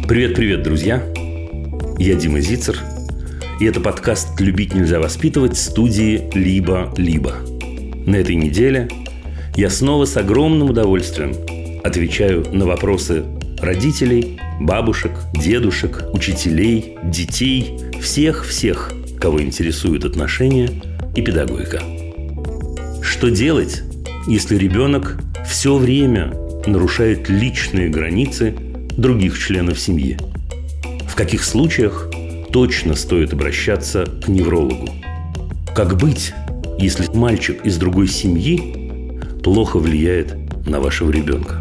Привет-привет, друзья! Я Дима Зицер, и это подкаст «Любить нельзя воспитывать» студии «Либо-либо». На этой неделе я снова с огромным удовольствием отвечаю на вопросы родителей, бабушек, дедушек, учителей, детей, всех-всех, кого интересуют отношения и педагогика. Что делать, если ребенок все время нарушает личные границы других членов семьи? В каких случаях точно стоит обращаться к неврологу? Как быть, если мальчик из другой семьи плохо влияет на вашего ребенка?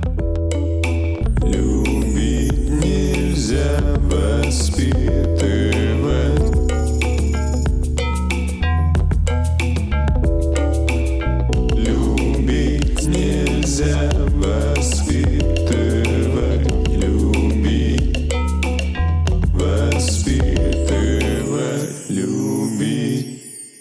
Любить нельзя воспитывать. Любить нельзя воспитывать. Любить, воспитывать, любить.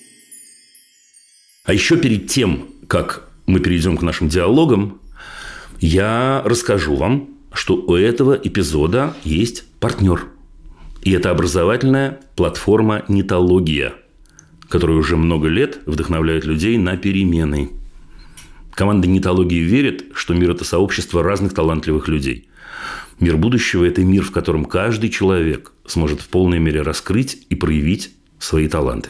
А еще перед тем, как мы перейдем к нашим диалогам, я расскажу вам, что у этого эпизода есть партнер. И это образовательная платформа «Нитология», которая уже много лет вдохновляет людей на перемены. Команда «Нитологии» верит, что мир – это сообщество разных талантливых людей. Мир будущего – это мир, в котором каждый человек сможет в полной мере раскрыть и проявить свои таланты.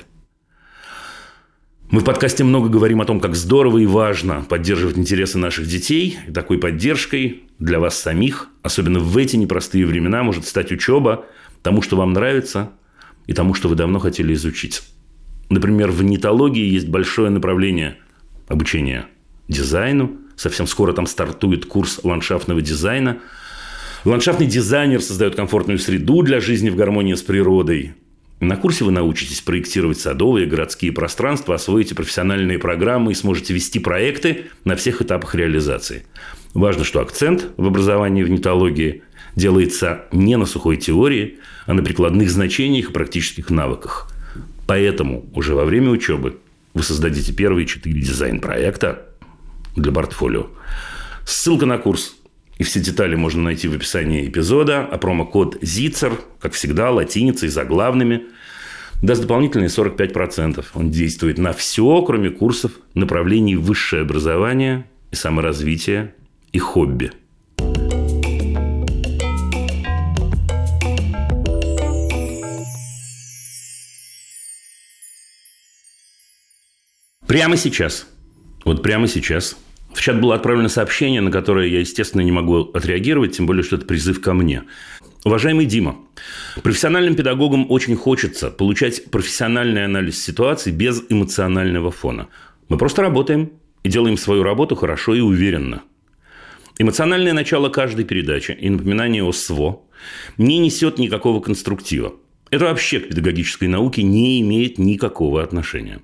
Мы в подкасте много говорим о том, как здорово и важно поддерживать интересы наших детей. И такой поддержкой для вас самих, особенно в эти непростые времена, может стать учеба тому, что вам нравится, и тому, что вы давно хотели изучить. Например, в нитологии есть большое направление обучения дизайну. Совсем скоро там стартует курс ландшафтного дизайна. Ландшафтный дизайнер создает комфортную среду для жизни в гармонии с природой. На курсе вы научитесь проектировать садовые и городские пространства, освоите профессиональные программы и сможете вести проекты на всех этапах реализации. Важно, что акцент в образовании в нитологии делается не на сухой теории, а на прикладных значениях и практических навыках. Поэтому уже во время учебы вы создадите первые 4 дизайн-проекта для портфолио. Ссылка на курс и все детали можно найти в описании эпизода, а промокод ЗИЦЕР, как всегда, латиницей, заглавными, даст дополнительные 45%. Он действует на все, кроме курсов направлений высшее образование и саморазвитие и хобби. Прямо сейчас, в чат было отправлено сообщение, на которое я, естественно, не могу отреагировать, тем более, что это призыв ко мне. Уважаемый Дима, профессиональным педагогам очень хочется получать профессиональный анализ ситуации без эмоционального фона. Мы просто работаем и делаем свою работу хорошо и уверенно. Эмоциональное начало каждой передачи и напоминание о СВО не несет никакого конструктива. Это вообще к педагогической науке не имеет никакого отношения.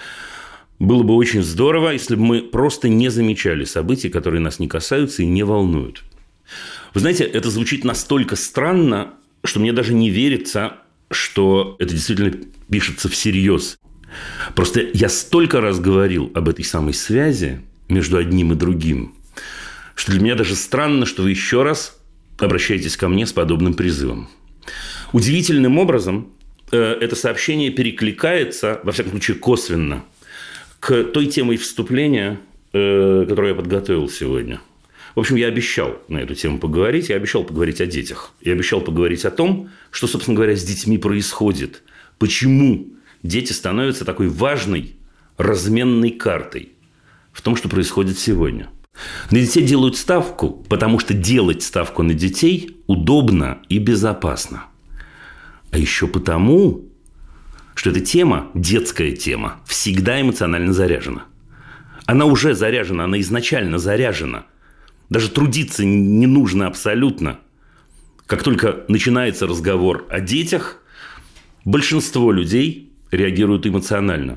Было бы очень здорово, если бы мы просто не замечали событий, которые нас не касаются и не волнуют. Вы знаете, это звучит настолько странно, что мне даже не верится, что это действительно пишется всерьез. Просто я столько раз говорил об этой самой связи между одним и другим, что для меня даже странно, что вы еще раз обращаетесь ко мне с подобным призывом. Удивительным образом это сообщение перекликается, во всяком случае косвенно, к той теме вступления, которую я подготовил сегодня. В общем, я обещал на эту тему поговорить. Я обещал поговорить о детях. Я обещал поговорить о том, что, собственно говоря, с детьми происходит. Почему дети становятся такой важной разменной картой в том, что происходит сегодня. На детей делают ставку, потому что делать ставку на детей удобно и безопасно. А еще потому, что эта тема, детская тема, всегда эмоционально заряжена. Она уже заряжена, она изначально заряжена. Даже трудиться не нужно абсолютно. Как только начинается разговор о детях, большинство людей реагируют эмоционально.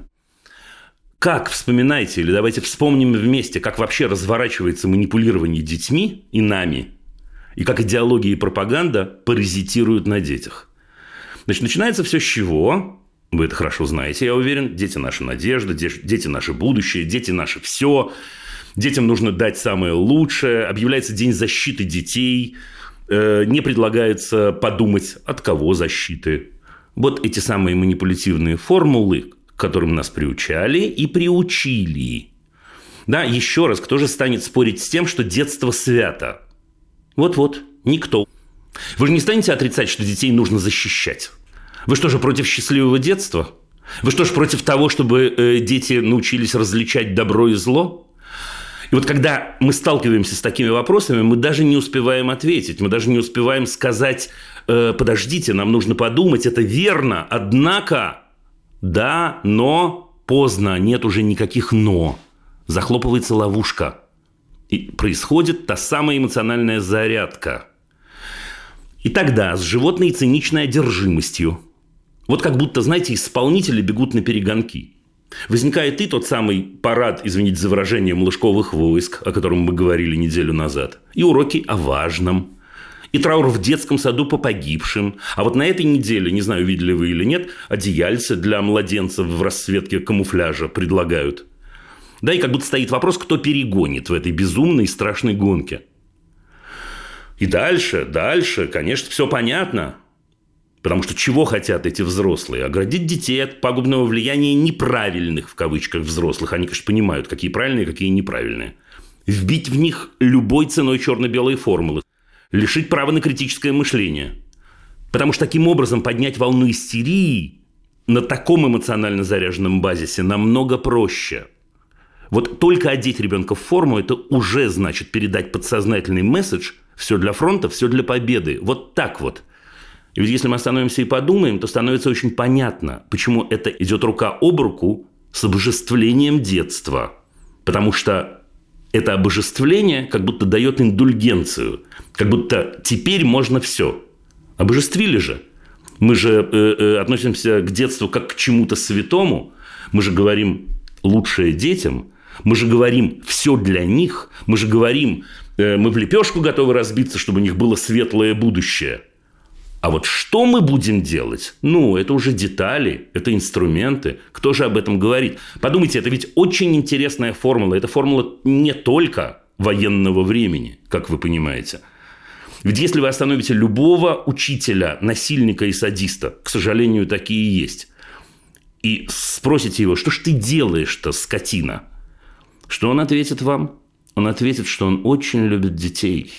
Как, вспоминайте, или давайте вспомним вместе, как вообще разворачивается манипулирование детьми и нами, и как идеология и пропаганда паразитируют на детях. Значит, начинается все с чего? Вы это хорошо знаете, я уверен. Дети – наша надежда, дети – наше будущее, дети – наше все. Детям нужно дать самое лучшее. Объявляется День защиты детей. Не предлагается подумать, от кого защиты. Вот эти самые манипулятивные формулы, к которым нас приучали и приучили. Да, еще раз, кто же станет спорить с тем, что детство свято? Вот-вот, никто. Вы же не станете отрицать, что детей нужно защищать. Вы что же, против счастливого детства? Вы что же, против того, чтобы дети научились различать добро и зло? И вот когда мы сталкиваемся с такими вопросами, мы даже не успеваем ответить, мы даже не успеваем сказать: подождите, нам нужно подумать, это верно, однако, да, но, поздно, нет уже никаких «но». Захлопывается ловушка. И происходит та самая эмоциональная зарядка. И тогда с животной циничной одержимостью, вот как будто, знаете, исполнители бегут на перегонки. Возникает и тот самый парад, извините за выражение, млышковых войск, о котором мы говорили неделю назад, и уроки о важном, и траур в детском саду по погибшим. А вот на этой неделе, не знаю, видели вы или нет, одеяльце для младенцев в расцветке камуфляжа предлагают. Да, и как будто стоит вопрос, кто перегонит в этой безумной и страшной гонке. И дальше, конечно, все понятно. Потому что чего хотят эти взрослые? Оградить детей от пагубного влияния неправильных, в кавычках, взрослых. Они, конечно, понимают, какие правильные, какие неправильные. Вбить в них любой ценой черно-белые формулы. Лишить права на критическое мышление. Потому что таким образом поднять волну истерии на таком эмоционально заряженном базисе намного проще. Вот только одеть ребенка в форму – это уже значит передать подсознательный месседж: все для фронта, все для победы. Вот так вот. И ведь если мы остановимся и подумаем, то становится очень понятно, почему это идет рука об руку с обожествлением детства. Потому что это обожествление как будто дает индульгенцию. Как будто теперь можно все. Обожествили же. Мы же относимся к детству как к чему-то святому. Мы же говорим лучшее детям. Мы же говорим все для них. Мы же говорим, мы в лепешку готовы разбиться, чтобы у них было светлое будущее. А вот что мы будем делать? Это уже детали, это инструменты. Кто же об этом говорит? Подумайте, это ведь очень интересная формула. Это формула не только военного времени, как вы понимаете. Ведь если вы остановите любого учителя, насильника и садиста, к сожалению, такие есть, и спросите его: что ж ты делаешь-то, скотина? Что он ответит вам? Он ответит, что он очень любит детей.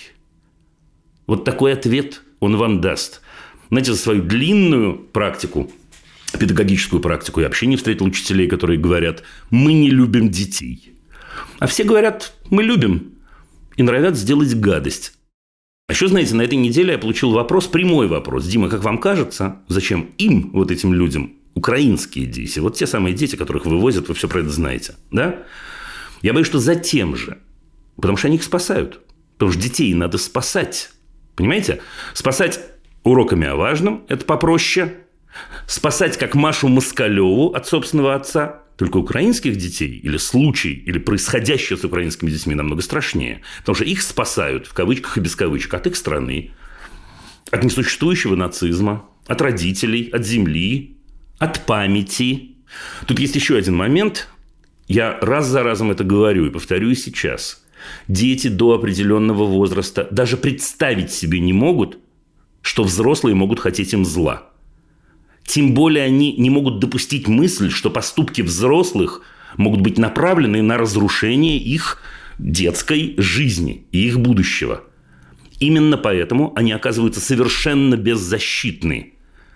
Вот такой ответ он вам даст. Знаете, за свою длинную практику, педагогическую практику, я вообще не встретил учителей, которые говорят: мы не любим детей. А все говорят: мы любим. И норовят сделать гадость. А еще, знаете, на этой неделе я получил вопрос, прямой вопрос: Дима, как вам кажется, зачем им, вот этим людям, украинские дети, вот те самые дети, которых вывозят, вы все про это знаете, да? Я боюсь, что за тем же. Потому что они их спасают. Потому что детей надо спасать. Понимаете? Спасать уроками о важном – это попроще. Спасать, как Машу Москалеву от собственного отца. Только украинских детей или случай, или происходящее с украинскими детьми намного страшнее. Потому что их спасают, в кавычках и без кавычек, от их страны, от несуществующего нацизма, от родителей, от земли, от памяти. Тут есть еще один момент. Я раз за разом это говорю и повторю и сейчас. Дети до определенного возраста даже представить себе не могут, что взрослые могут хотеть им зла. Тем более они не могут допустить мысль, что поступки взрослых могут быть направлены на разрушение их детской жизни и их будущего. Именно поэтому они оказываются совершенно беззащитны.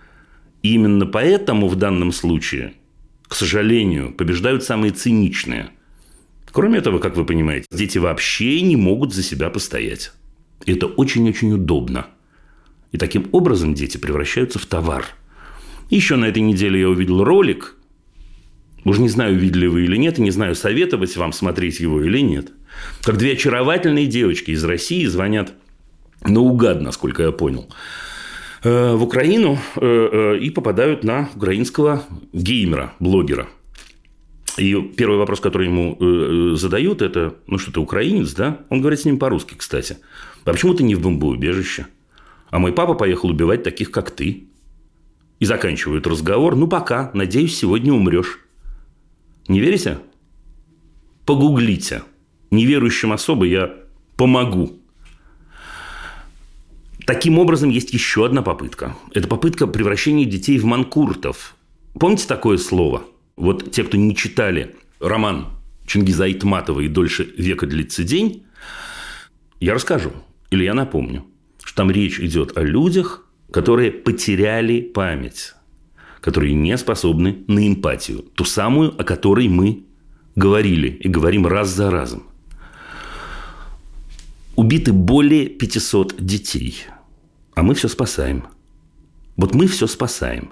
И именно поэтому в данном случае, к сожалению, побеждают самые циничные. Кроме этого, как вы понимаете, дети вообще не могут за себя постоять. И это очень-очень удобно. И таким образом дети превращаются в товар. Еще на этой неделе я увидел ролик. Уж не знаю, видели вы или нет, и не знаю, советовать вам смотреть его или нет. Как две очаровательные девочки из России звонят наугад, насколько я понял, в Украину и попадают на украинского геймера, блогера. И первый вопрос, который ему задают, это: что ты украинец, да? Он говорит с ним по-русски, кстати. А почему ты не в бомбоубежище? А мой папа поехал убивать таких, как ты. И заканчивают разговор: пока, надеюсь, сегодня умрешь. Не верите? Погуглите. Неверующим особо я помогу. Таким образом, есть еще одна попытка. Это попытка превращения детей в манкуртов. Помните такое слово? Вот те, кто не читали роман Чингиза Айтматова «И дольше века длится день», я расскажу, или я напомню, что там речь идет о людях, которые потеряли память, которые не способны на эмпатию, ту самую, о которой мы говорили и говорим раз за разом. Убиты более 500 детей, а мы все спасаем. Вот мы все спасаем.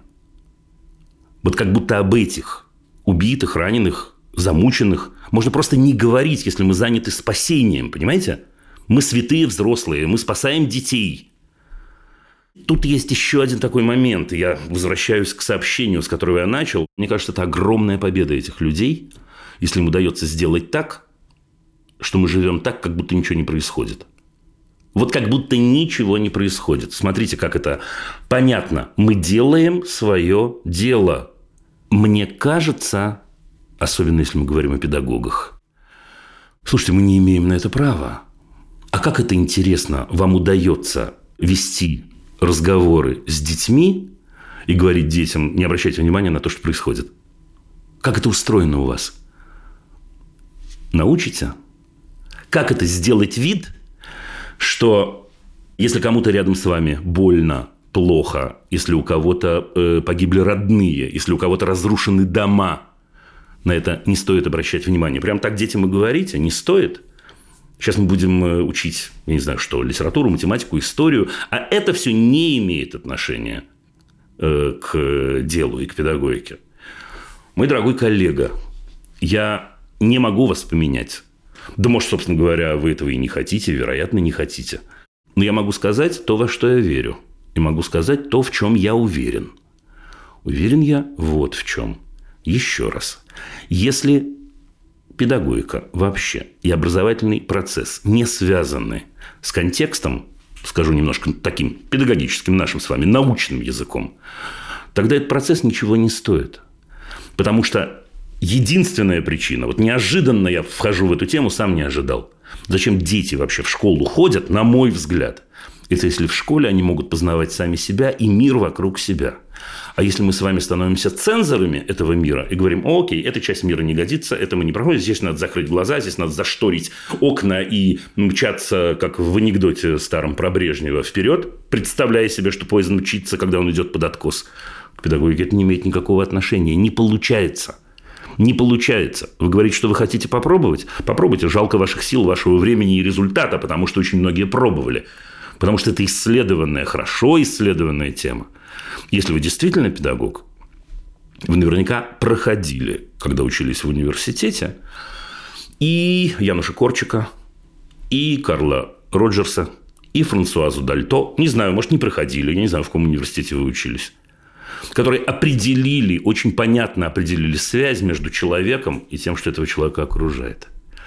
Вот как будто об этих убитых, раненых, замученных можно просто не говорить, если мы заняты спасением, понимаете? Мы святые взрослые, мы спасаем детей. Тут есть еще один такой момент. Я возвращаюсь к сообщению, с которого я начал. Мне кажется, это огромная победа этих людей, если им удается сделать так, что мы живем так, как будто ничего не происходит. Вот как будто ничего не происходит. Смотрите, как это понятно. Мы делаем свое дело. Мне кажется, особенно если мы говорим о педагогах, слушайте, мы не имеем на это права. А как это интересно, вам удается вести разговоры с детьми и говорить детям, не обращайте внимания на то, что происходит? Как это устроено у вас? Научите? Как это сделать вид, что если кому-то рядом с вами больно, плохо, если у кого-то погибли родные, если у кого-то разрушены дома, на это не стоит обращать внимание. Прям так детям и говорите, не стоит. Сейчас мы будем учить, я не знаю что, литературу, математику, историю, а это все не имеет отношения к делу и к педагогике. Мой дорогой коллега, я не могу вас поменять. Да, может, собственно говоря, вы этого и не хотите, вероятно, не хотите. Но я могу сказать то, во что я верю. И могу сказать то, в чем я уверен. Уверен я вот в чем. Еще раз. Если педагогика вообще и образовательный процесс не связаны с контекстом, скажу немножко таким педагогическим нашим с вами научным языком, тогда этот процесс ничего не стоит. Потому что единственная причина, вот неожиданно я вхожу в эту тему, сам не ожидал. Зачем дети вообще в школу ходят, на мой взгляд? Это если в школе они могут познавать сами себя и мир вокруг себя. А если мы с вами становимся цензорами этого мира и говорим, окей, эта часть мира не годится, это мы не проходим, здесь надо закрыть глаза, здесь надо зашторить окна и мчаться, как в анекдоте старом про Брежнева, вперед, представляя себе, что поезд мчится, когда он идет под откос. К педагогике это не имеет никакого отношения. Не получается. Не получается. Вы говорите, что вы хотите попробовать? Попробуйте. Жалко ваших сил, вашего времени и результата, потому что очень многие пробовали. Потому что это исследованная, хорошо исследованная тема. Если вы действительно педагог, вы наверняка проходили, когда учились в университете, и Януша Корчика, и Карла Роджерса, и Франсуазу Дальто. Не знаю, может, не проходили, я не знаю, в каком университете вы учились. Которые определили, очень понятно определили связь между человеком и тем, что этого человека окружает.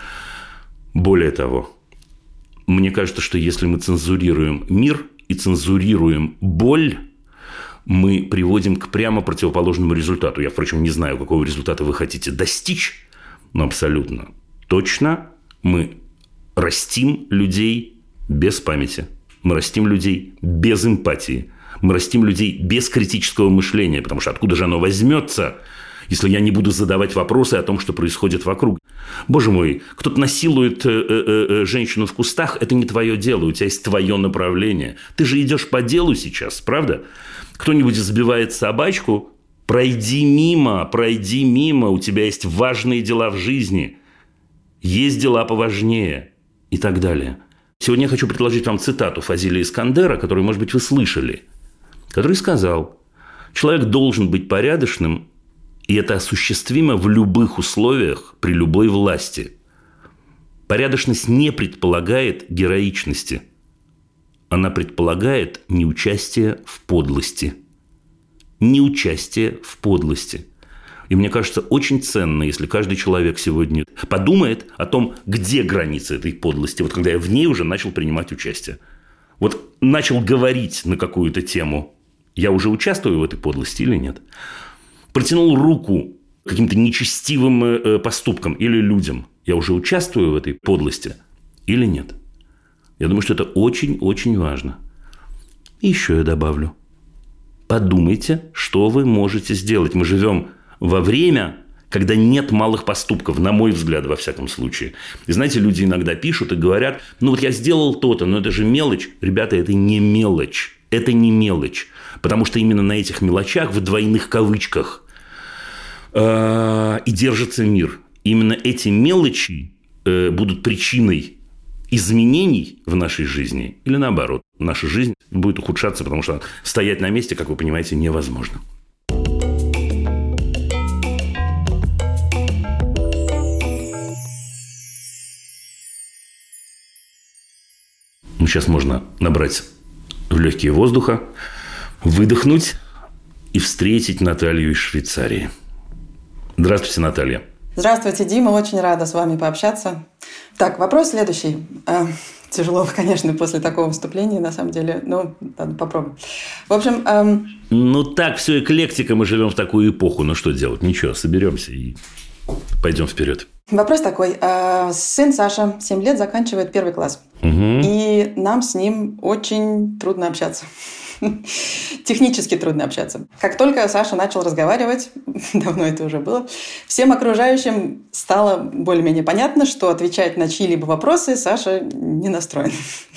Более того, мне кажется, что если мы цензурируем мир и цензурируем боль, мы приводим к прямо противоположному результату. Я, впрочем, не знаю, какого результата вы хотите достичь, но абсолютно точно мы растим людей без памяти, мы растим людей без эмпатии, мы растим людей без критического мышления, потому что откуда же оно возьмется, если я не буду задавать вопросы о том, что происходит вокруг. Боже мой, кто-то насилует женщину в кустах, это не твое дело, у тебя есть твое направление. Ты же идешь по делу сейчас, правда? Кто-нибудь избивает собачку, пройди мимо, у тебя есть важные дела в жизни, есть дела поважнее и так далее. Сегодня я хочу предложить вам цитату Фазиля Искандера, которую, может быть, вы слышали, который сказал: человек должен быть порядочным, и это осуществимо в любых условиях, при любой власти. Порядочность не предполагает героичности. Она предполагает неучастие в подлости. Неучастие в подлости. И мне кажется, очень ценно, если каждый человек сегодня подумает о том, где границы этой подлости. Вот когда я в ней уже начал принимать участие. Вот начал говорить на какую-то тему. Я уже участвую в этой подлости или нет? Протянул руку каким-то нечестивым поступкам или людям. Я уже участвую в этой подлости или нет? Я думаю, что это очень-очень важно. И еще я добавлю. Подумайте, что вы можете сделать. Мы живем во время, когда нет малых поступков, на мой взгляд, во всяком случае. И знаете, люди иногда пишут и говорят, ну вот я сделал то-то, но это же мелочь. Ребята, это не мелочь. Это не мелочь. Потому что именно на этих мелочах, в двойных кавычках, и держится мир. Именно эти мелочи будут причиной изменений в нашей жизни. Или наоборот, наша жизнь будет ухудшаться, потому что стоять на месте, как вы понимаете, невозможно. Ну, сейчас можно набрать в легкие воздуха, выдохнуть и встретить Наталью из Швейцарии. Здравствуйте, Наталья. Здравствуйте, Дима. Очень рада с вами пообщаться. Так, вопрос следующий. Тяжело, конечно, после такого выступления, на самом деле. Ну, ладно, попробуем. В общем... Ну, так, все эклектика, мы живем в такую эпоху. Ну, что делать? Ничего, соберемся и пойдем вперед. Вопрос такой. Сын Саша, 7 лет, заканчивает 1 класс. Угу. И нам с ним очень трудно общаться. Технически трудно общаться. Как только Саша начал разговаривать, давно это уже было, всем окружающим стало более-менее понятно, что отвечать на чьи-либо вопросы Саша не настроен.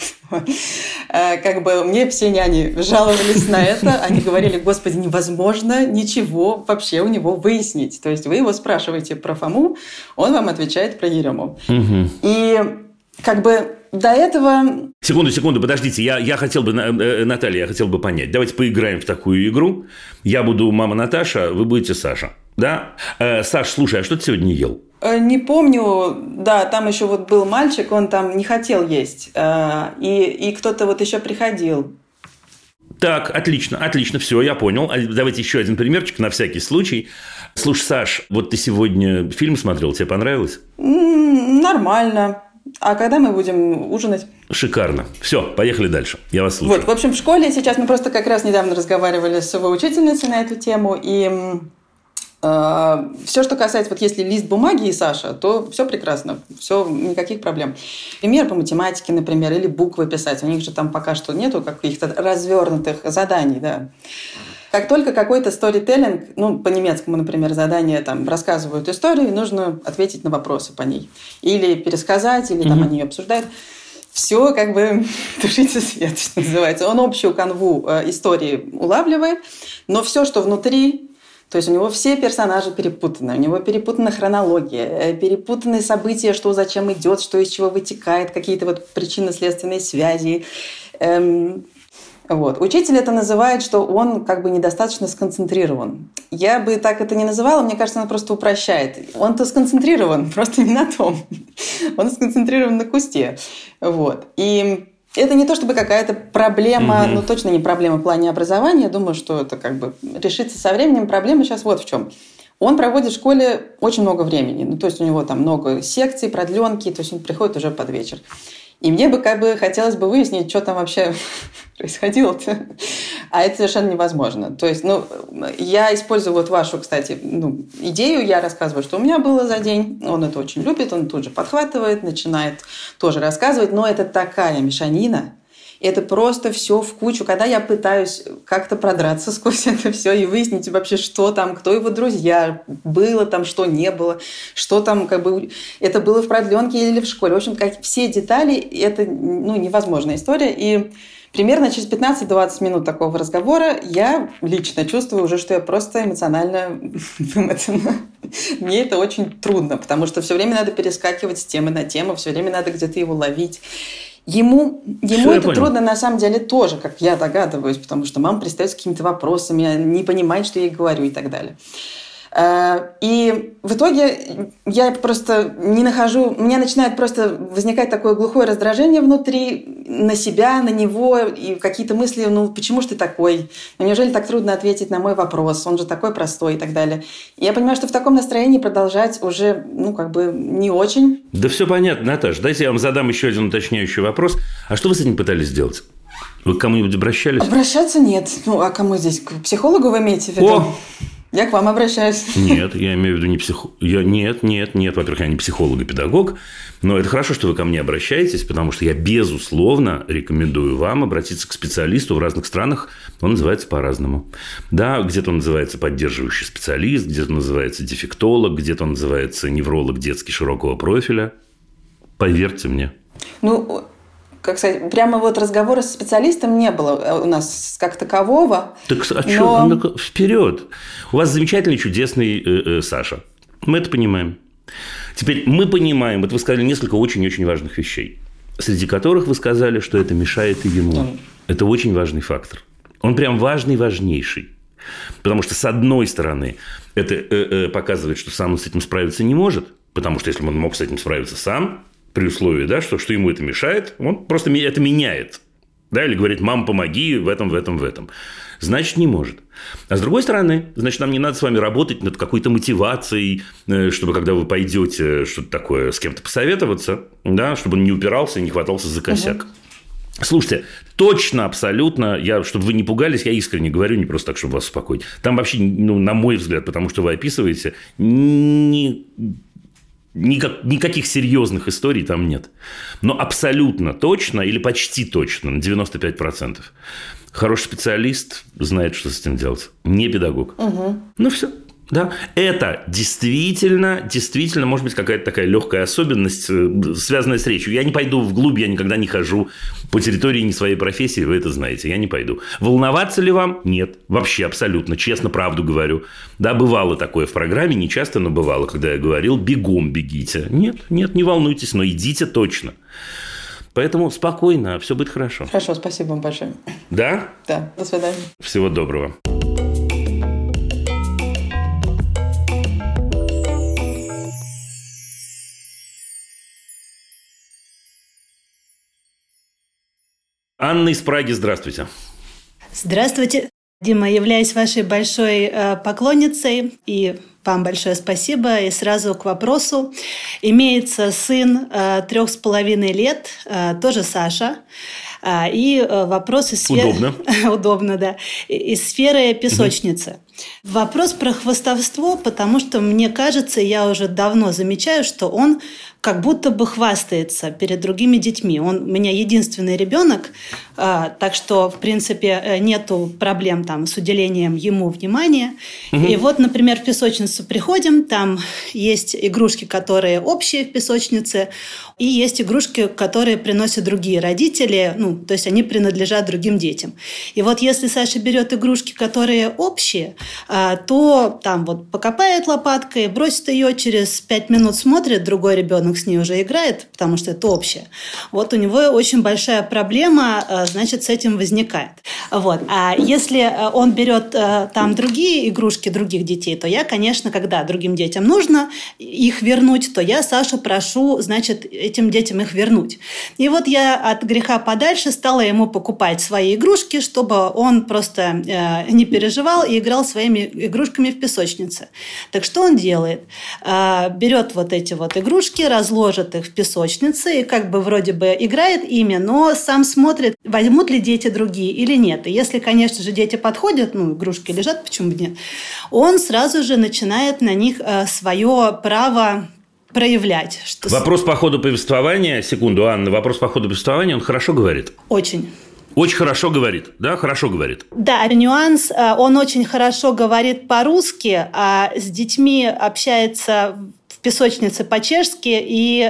Как бы мне все няни жаловались на это. Они говорили, господи, невозможно ничего вообще у него выяснить. То есть вы его спрашиваете про Фому, он вам отвечает про Ерему. И как бы до этого... Секунду, подождите. Я хотел бы, Наталья, я хотел бы понять. Давайте поиграем в такую игру. Я буду мама Наташа, вы будете Саша. Да? Саш, слушай, а что ты сегодня ел? Не помню. Да, там еще вот был мальчик, он там не хотел есть. И кто-то вот еще приходил. Так, отлично, все, я понял. Давайте еще один примерчик на всякий случай. Слушай, Саш, вот ты сегодня фильм смотрел, тебе понравилось? Нормально. А когда мы будем ужинать? Шикарно. Все, поехали дальше. Я вас слушаю. Вот, в общем, в школе сейчас мы просто как раз недавно разговаривали с его учительницей на эту тему, и все, что касается, вот если лист бумаги и Саша, то все прекрасно, все, никаких проблем. Пример по математике, например, или буквы писать. У них же там пока что нету каких-то развернутых заданий, да. Как только какой-то сторителлинг, ну, по-немецкому, например, задание, там, рассказывают историю, нужно ответить на вопросы по ней. Или пересказать, или там они ее обсуждают. Все как бы тушите свет, что называется. Он общую канву истории улавливает, но все, что внутри, то есть у него все персонажи перепутаны, у него перепутана хронология, перепутаны события, что зачем идет, что из чего вытекает, какие-то вот причинно-следственные связи. Вот. Учитель это называет, что он как бы недостаточно сконцентрирован. Я бы так это не называла, мне кажется, он просто упрощает. Он-то сконцентрирован, просто не на том. Он сконцентрирован на кусте. Вот. И это не то чтобы какая-то проблема, ну точно не проблема в плане образования. Я думаю, что это как бы решится со временем. Проблема сейчас вот в чем. Он проводит в школе очень много времени. Ну, то есть у него там много секций, продленки, то есть он приходит уже под вечер. И мне бы как бы хотелось бы выяснить, что там вообще происходило-то. А это совершенно невозможно. То есть, ну, я использую вот вашу, кстати, идею, я рассказываю, что у меня было за день. Он это очень любит, он тут же подхватывает, начинает тоже рассказывать. Но это такая мешанина. Это просто все в кучу. Когда я пытаюсь как-то продраться сквозь это все и выяснить вообще, что там, кто его друзья, было там, что не было, что там, как бы, это было в продленке или в школе. В общем, все детали, это невозможная история. И примерно через 15-20 минут такого разговора я лично чувствую уже, что я просто эмоционально вымотана. Мне это очень трудно, потому что все время надо перескакивать с темы на тему, все время надо где-то его ловить. Ему это трудно на самом деле тоже, как я догадываюсь, потому что мама пристает с какими-то вопросами, не понимает, что я ей говорю и так далее. И в итоге я просто не нахожу... У меня начинает просто возникать такое глухое раздражение внутри на себя, на него, и какие-то мысли, почему же ты такой? Неужели так трудно ответить на мой вопрос? Он же такой простой и так далее. И я понимаю, что в таком настроении продолжать уже, не очень. Да все понятно, Наташа. Дайте я вам задам еще один уточняющий вопрос. А что вы с этим пытались сделать? Вы к кому-нибудь обращались? Обращаться нет. А кому здесь? К психологу вы имеете в виду? Я к вам обращаюсь. Нет, я имею в виду не психолог. Нет. Во-первых, я не психолог и педагог. Но это хорошо, что вы ко мне обращаетесь, потому что я, безусловно, рекомендую вам обратиться к специалисту в разных странах. Он называется по-разному. Да, где-то он называется поддерживающий специалист, где-то он называется дефектолог, где-то он называется невролог детский широкого профиля. Поверьте мне. Ну, как сказать, прямо вот разговора с специалистом не было у нас как такового. Так что? Вперед! У вас замечательный, чудесный Саша. Мы это понимаем. Теперь мы понимаем, вот вы сказали несколько очень-очень важных вещей, среди которых вы сказали, что это мешает и ему. Это очень важный фактор. Он прям важнейший. Потому что, с одной стороны, это показывает, что сам он с этим справиться не может. Потому что, если бы он мог с этим справиться сам, при условии, да, что ему это мешает, он просто это меняет. Да, или говорит: мам, помоги в этом. Значит, не может. А с другой стороны, значит, нам не надо с вами работать над какой-то мотивацией, чтобы, когда вы пойдете что-то такое с кем-то посоветоваться, да, чтобы он не упирался и не хватался за косяк. Слушайте, точно, абсолютно, чтобы вы не пугались, я искренне говорю, не просто так, чтобы вас успокоить. Там вообще, на мой взгляд, потому что вы описываете, никаких серьезных историй там нет. Но абсолютно точно или почти точно, на 95%, хороший специалист знает, что с этим делать. Не педагог. Ну, все. Да? Это действительно, может быть, какая-то такая легкая особенность, связанная с речью. Я не пойду вглубь, я никогда не хожу по территории не своей профессии, вы это знаете, я не пойду. Волноваться ли вам? Нет. Вообще, абсолютно, честно, правду говорю. Да, бывало такое в программе, не часто, но бывало, когда я говорил: бегом бегите. Нет, не волнуйтесь, но идите точно. Поэтому спокойно, все будет хорошо. Хорошо, спасибо вам большое. Да? Да, до свидания. Всего доброго. Анна из Праги, здравствуйте. Здравствуйте, Дима. Являюсь вашей большой поклонницей, и вам большое спасибо. И сразу к вопросу. Имеется сын 3,5 лет, тоже Саша. И вопрос из сферы... Удобно. Удобно, да. Из сферы песочницы. Вопрос про хвастовство, потому что, мне кажется, я уже давно замечаю, что он как будто бы хвастается перед другими детьми. Он у меня единственный ребенок, так что, в принципе, нету проблем там с уделением ему внимания. И вот, например, в песочницу приходим, там есть игрушки, которые общие в песочнице, и есть игрушки, которые приносят другие родители, то есть они принадлежат другим детям. И вот если Саша берет игрушки, которые общие, то там вот покопает лопаткой, бросит ее, через 5 минут смотрит, другой ребенок с ней уже играет, потому что это общее. Вот у него очень большая проблема, значит, с этим возникает. Вот. А если он берет там другие игрушки других детей, то я, конечно, когда другим детям нужно их вернуть, то я Сашу прошу, значит, этим детям их вернуть. И вот я от греха подальше стала ему покупать свои игрушки, чтобы он просто не переживал и играл своими игрушками в песочнице. Так что он делает? Берет вот эти вот игрушки, разложит их в песочнице и как бы вроде бы играет ими, но сам смотрит, возьмут ли дети другие или нет. И если, конечно же, дети подходят, игрушки лежат, почему бы нет, он сразу же начинает на них свое право проявлять. Вопрос по ходу повествования, секунду, Анна, вопрос по ходу повествования, он хорошо говорит? Очень. Очень хорошо говорит, да? Хорошо говорит. Да, нюанс, он очень хорошо говорит по-русски, а с детьми общается в песочнице по-чешски и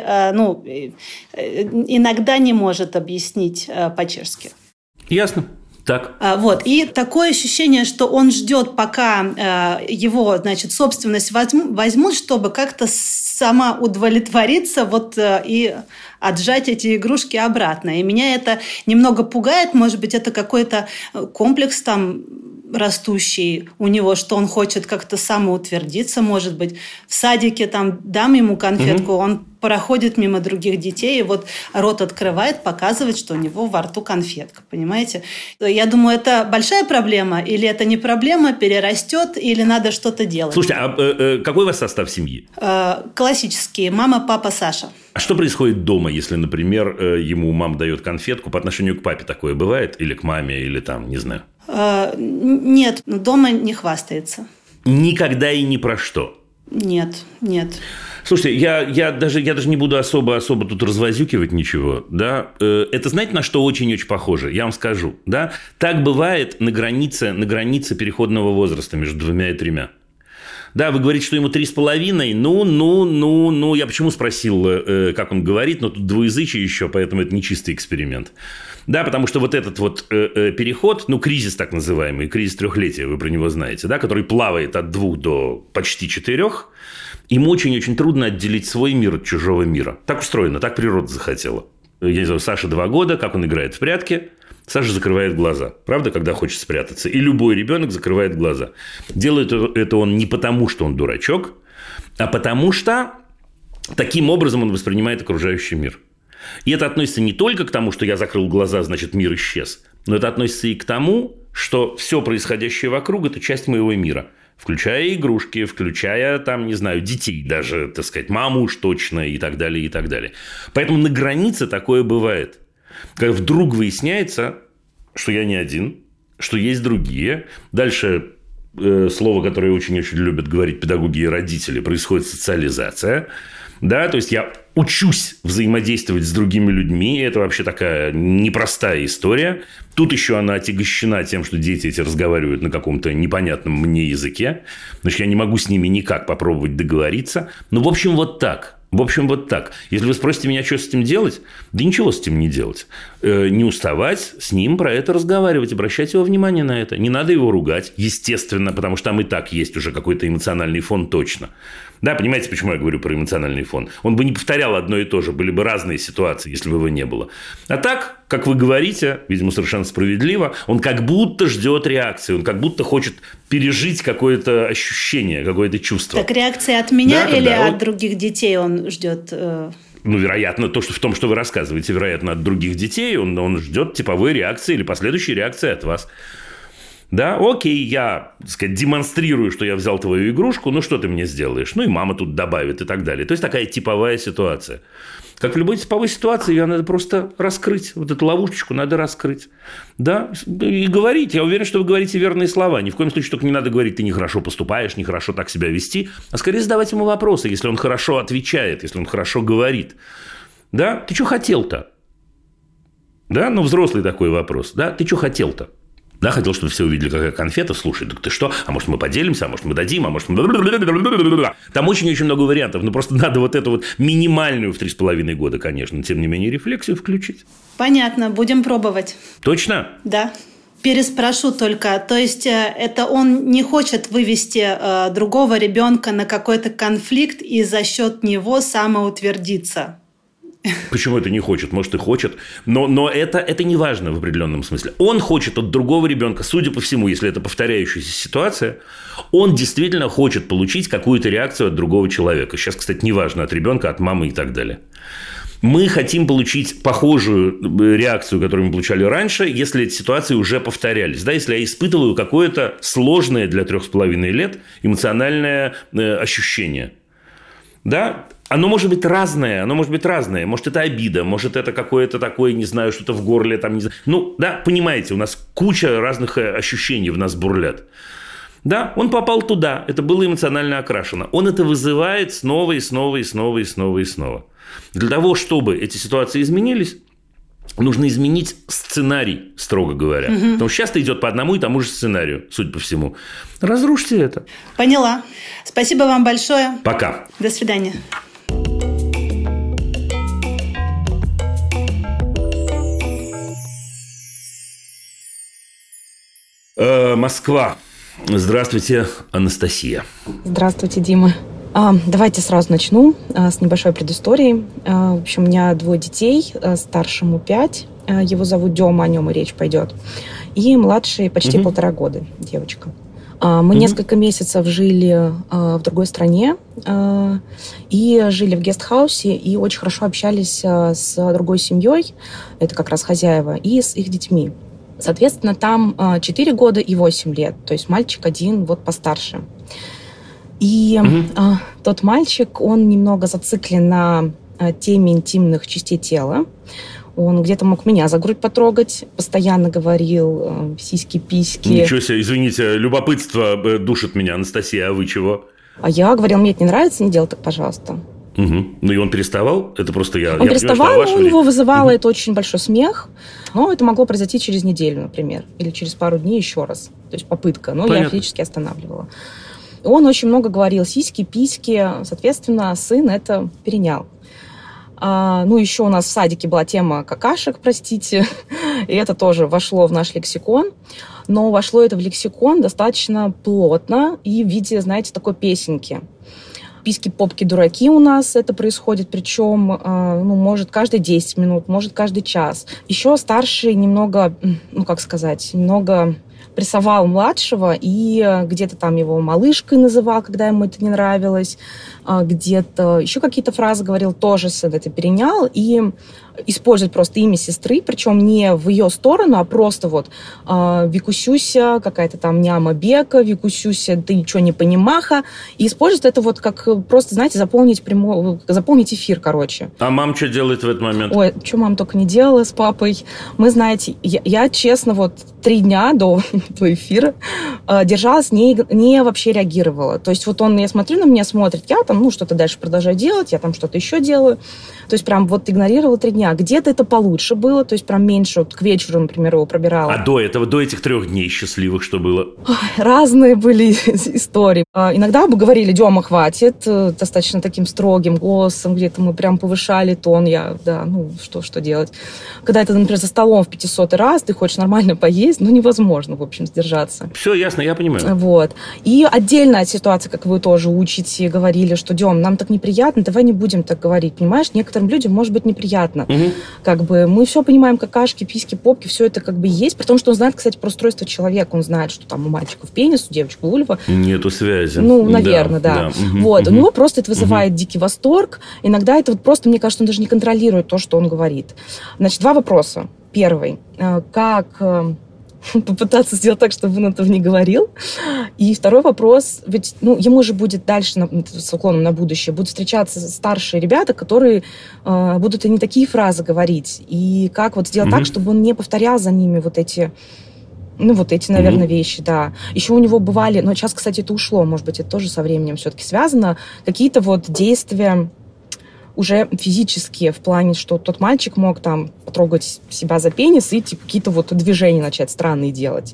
иногда не может объяснить по-чешски. Ясно. Так. Вот. И такое ощущение, что он ждет, пока его, значит, собственность возьмут, чтобы как-то самоудовлетвориться и отжать эти игрушки обратно. И меня это немного пугает. Может быть, это какой-то комплекс там растущий у него, что он хочет как-то самоутвердиться, может быть. В садике там дам ему конфетку, он проходит мимо других детей, и вот рот открывает, показывает, что у него во рту конфетка, понимаете? Я думаю, это большая проблема, или это не проблема, перерастет, или надо что-то делать. Слушайте, а какой у вас состав семьи? Классический. Мама, папа, Саша. А что происходит дома, если, например, ему мама дает конфетку по отношению к папе? Такое бывает? Или к маме, или там, не знаю? Нет, дома не хвастается. Никогда и ни про что. Нет. Слушайте, я даже не буду особо тут развозюкивать ничего, да. Это знаете, на что очень-очень похоже? Я вам скажу, да. Так бывает на границе переходного возраста между 2 и 3. Да, вы говорите, что ему 3,5. Ну. Я почему спросил, как он говорит, но тут двуязычие еще, поэтому это не чистый эксперимент. Да, потому что вот этот вот переход, кризис так называемый, кризис 3-летия, вы про него знаете, да, который плавает от 2 до почти 4, ему очень-очень трудно отделить свой мир от чужого мира. Так устроено, так природа захотела. Я не знаю, Саше 2 года, как он играет в прятки, Саша закрывает глаза, правда, когда хочет спрятаться. И любой ребенок закрывает глаза. Делает это он не потому, что он дурачок, а потому что таким образом он воспринимает окружающий мир. И это относится не только к тому, что я закрыл глаза, значит, мир исчез, но это относится и к тому, что все происходящее вокруг – это часть моего мира. Включая игрушки, включая, детей даже, так сказать, маму уж точно и так далее, и так далее. Поэтому на границе такое бывает. Когда вдруг выясняется, что я не один, что есть другие. Дальше слово, которое очень-очень любят говорить педагоги и родители, происходит социализация. Да, то есть я учусь взаимодействовать с другими людьми. Это вообще такая непростая история. Тут еще она отягощена тем, что дети эти разговаривают на каком-то непонятном мне языке. Значит, я не могу с ними никак попробовать договориться. В общем, вот так. Если вы спросите меня, что с этим делать, да ничего с этим не делать. Не уставать с ним про это разговаривать, обращать его внимание на это. Не надо его ругать, естественно, потому что там и так есть уже какой-то эмоциональный фон точно. Да, понимаете, почему я говорю про эмоциональный фон? Он бы не повторял одно и то же, были бы разные ситуации, если бы его не было. А так, как вы говорите, видимо, совершенно справедливо, он как будто ждет реакции, он как будто хочет пережить какое-то ощущение, какое-то чувство. Так реакция от меня, да, или от других детей он ждет? Вероятно, в том, что вы рассказываете, вероятно, от других детей, он ждет типовой реакции или последующей реакции от вас. Да, окей, я, так сказать, демонстрирую, что я взял твою игрушку, что ты мне сделаешь? И мама тут добавит и так далее. То есть, такая типовая ситуация. Как в любой типовой ситуации, ее надо просто раскрыть. Вот эту ловушечку надо раскрыть. Да, и говорить. Я уверен, что вы говорите верные слова. Ни в коем случае только не надо говорить, ты нехорошо поступаешь, нехорошо так себя вести. А скорее задавать ему вопросы, если он хорошо отвечает, если он хорошо говорит. Да, ты что хотел-то? Да, взрослый такой вопрос. Да, ты что хотел-то? Да, хотел, чтобы все увидели, какая конфета. Слушай, так ты что? А может, мы поделимся? А может, мы дадим? А может, мы... Там очень-очень много вариантов. Просто надо вот эту вот минимальную в 3,5 года, конечно, тем не менее, рефлексию включить. Понятно, будем пробовать. Точно? Да. Переспрошу только. То есть, это он не хочет вывести другого ребенка на какой-то конфликт и за счет него самоутвердиться? Почему это не хочет? Может, и хочет. Но это не важно в определенном смысле. Он хочет от другого ребенка, судя по всему, если это повторяющаяся ситуация, он действительно хочет получить какую-то реакцию от другого человека. Сейчас, кстати, не важно, от ребенка, от мамы и так далее. Мы хотим получить похожую реакцию, которую мы получали раньше, если эти ситуации уже повторялись. Да, если я испытываю какое-то сложное для 3,5 лет эмоциональное ощущение. Да? Оно может быть разное. Может, это обида, может, это какое-то такое, не знаю, что-то в горле. Не знаю. Да, понимаете, у нас куча разных ощущений в нас бурлят. Да, он попал туда, это было эмоционально окрашено. Он это вызывает снова и снова. Для того, чтобы эти ситуации изменились, нужно изменить сценарий, строго говоря. Потому что часто идет по одному и тому же сценарию, судя по всему. Разрушьте это. Поняла. Спасибо вам большое. Пока. До свидания. Москва. Здравствуйте, Анастасия. Здравствуйте, Дима. Давайте сразу начну с небольшой предыстории. В общем, у меня 2 детей, старшему 5, его зовут Дема, о нем и речь пойдет, и младший почти 1,5 года, девочка. Мы несколько месяцев жили в другой стране и жили в гестхаусе, и очень хорошо общались с другой семьей, это как раз хозяева, и с их детьми. Соответственно, там 4 года и 8 лет, то есть мальчик один постарше. И тот мальчик, он немного зациклен на теме интимных частей тела. Он где-то мог меня за грудь потрогать, постоянно говорил сиськи-письки. Ничего себе, извините, любопытство душит меня, Анастасия, а вы чего? А я говорила, мне это не нравится, не делай так, пожалуйста. Угу. Ну и он переставал? Это просто я... Он переставал, у него вызывало это очень большой смех, но это могло произойти через неделю, например, или через пару дней еще раз. То есть попытка, но я физически останавливала. Он очень много говорил сиськи, письки, соответственно, сын это перенял. Еще у нас в садике была тема какашек, простите, и это тоже вошло в наш лексикон, но вошло это в лексикон достаточно плотно и в виде, знаете, такой песенки. Письки, попки, дураки у нас это происходит, причем, может, каждые 10 минут, может, каждый час. Еще старший немного, немного прессовал младшего и где-то там его малышкой называл, когда ему это не нравилось, где-то еще какие-то фразы говорил, тоже сын это перенял, и использует просто имя сестры, причем не в ее сторону, а просто Викусюся, какая-то там няма Бека, Викусюся, ты ничего не понимаха, и использует это как просто, знаете, заполнить эфир, короче. А мама что делает в этот момент? Ой, что мама только не делала с папой. Мы, знаете, я честно, 3 дня до эфира держалась, не вообще реагировала. То есть я смотрю, на меня смотрит, я там, что-то дальше продолжаю делать, я там что-то еще делаю. То есть прям игнорировала 3 дня. Где-то это получше было, то есть прям меньше, к вечеру, например, его пробирала. А до этих 3 дней счастливых что было? Разные были истории. Иногда бы говорили, Дема, хватит, достаточно таким строгим голосом, где-то мы прям повышали тон, что делать. Когда это, например, за столом в 500 раз, ты хочешь нормально поесть, невозможно, в общем, сдержаться. Все ясно, я понимаю. И отдельная ситуация, как вы тоже учите, говорили, что, Дем, нам так неприятно, давай не будем так говорить, понимаешь? Некоторым людям может быть неприятно. Мы все понимаем, какашки, письки, попки, все это есть, при том, что он знает, кстати, про устройство человека, он знает, что там у мальчиков пенис, у девочек вульва. Нету связи. Наверное, да. У него просто это вызывает дикий восторг. Иногда это просто, мне кажется, он даже не контролирует то, что он говорит. Значит, 2 вопроса. Первый. Как попытаться сделать так, чтобы он этого не говорил? И второй вопрос. Ведь, ему же будет дальше, с уклоном на будущее, будут встречаться старшие ребята, которые будут и не такие фразы говорить. И как сделать так, чтобы он не повторял за ними эти, наверное, вещи, да. Еще у него бывали, но сейчас, кстати, это ушло, может быть, это тоже со временем все-таки связано, какие-то действия уже физические, в плане, что тот мальчик мог там потрогать себя за пенис и какие-то движения начать странные делать.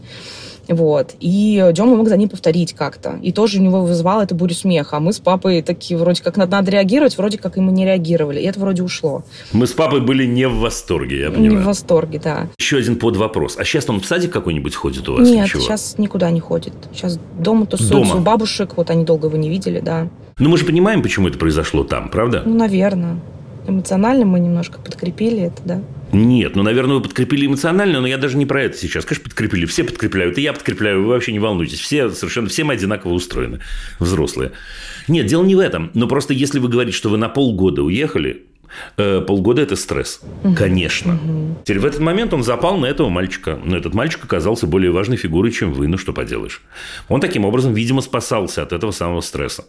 И Дема мог за ним повторить как-то. И тоже у него вызывало это бурю смеха. А мы с папой такие, вроде как надо реагировать, вроде как и мы не реагировали. И это вроде ушло. Мы с папой были не в восторге, я понимаю. Не в восторге, да. Еще один подвопрос. А сейчас он в садик какой-нибудь ходит у вас? Нет, сейчас никуда не ходит. Сейчас дома тусуется у бабушек. Они долго его не видели, да. Мы же понимаем, почему это произошло там, правда? Наверное. Эмоционально мы немножко подкрепили это, да. Нет, наверное, вы подкрепили эмоционально, но я даже не про это сейчас. Конечно, подкрепили. Все подкрепляют, и я подкрепляю, вы вообще не волнуйтесь. Все мы одинаково устроены, взрослые. Нет, дело не в этом. Но просто если вы говорите, что вы на полгода уехали, полгода – это стресс. Конечно. Теперь в этот момент он запал на этого мальчика. Но этот мальчик оказался более важной фигурой, чем вы. Что поделаешь. Он таким образом, видимо, спасался от этого самого стресса.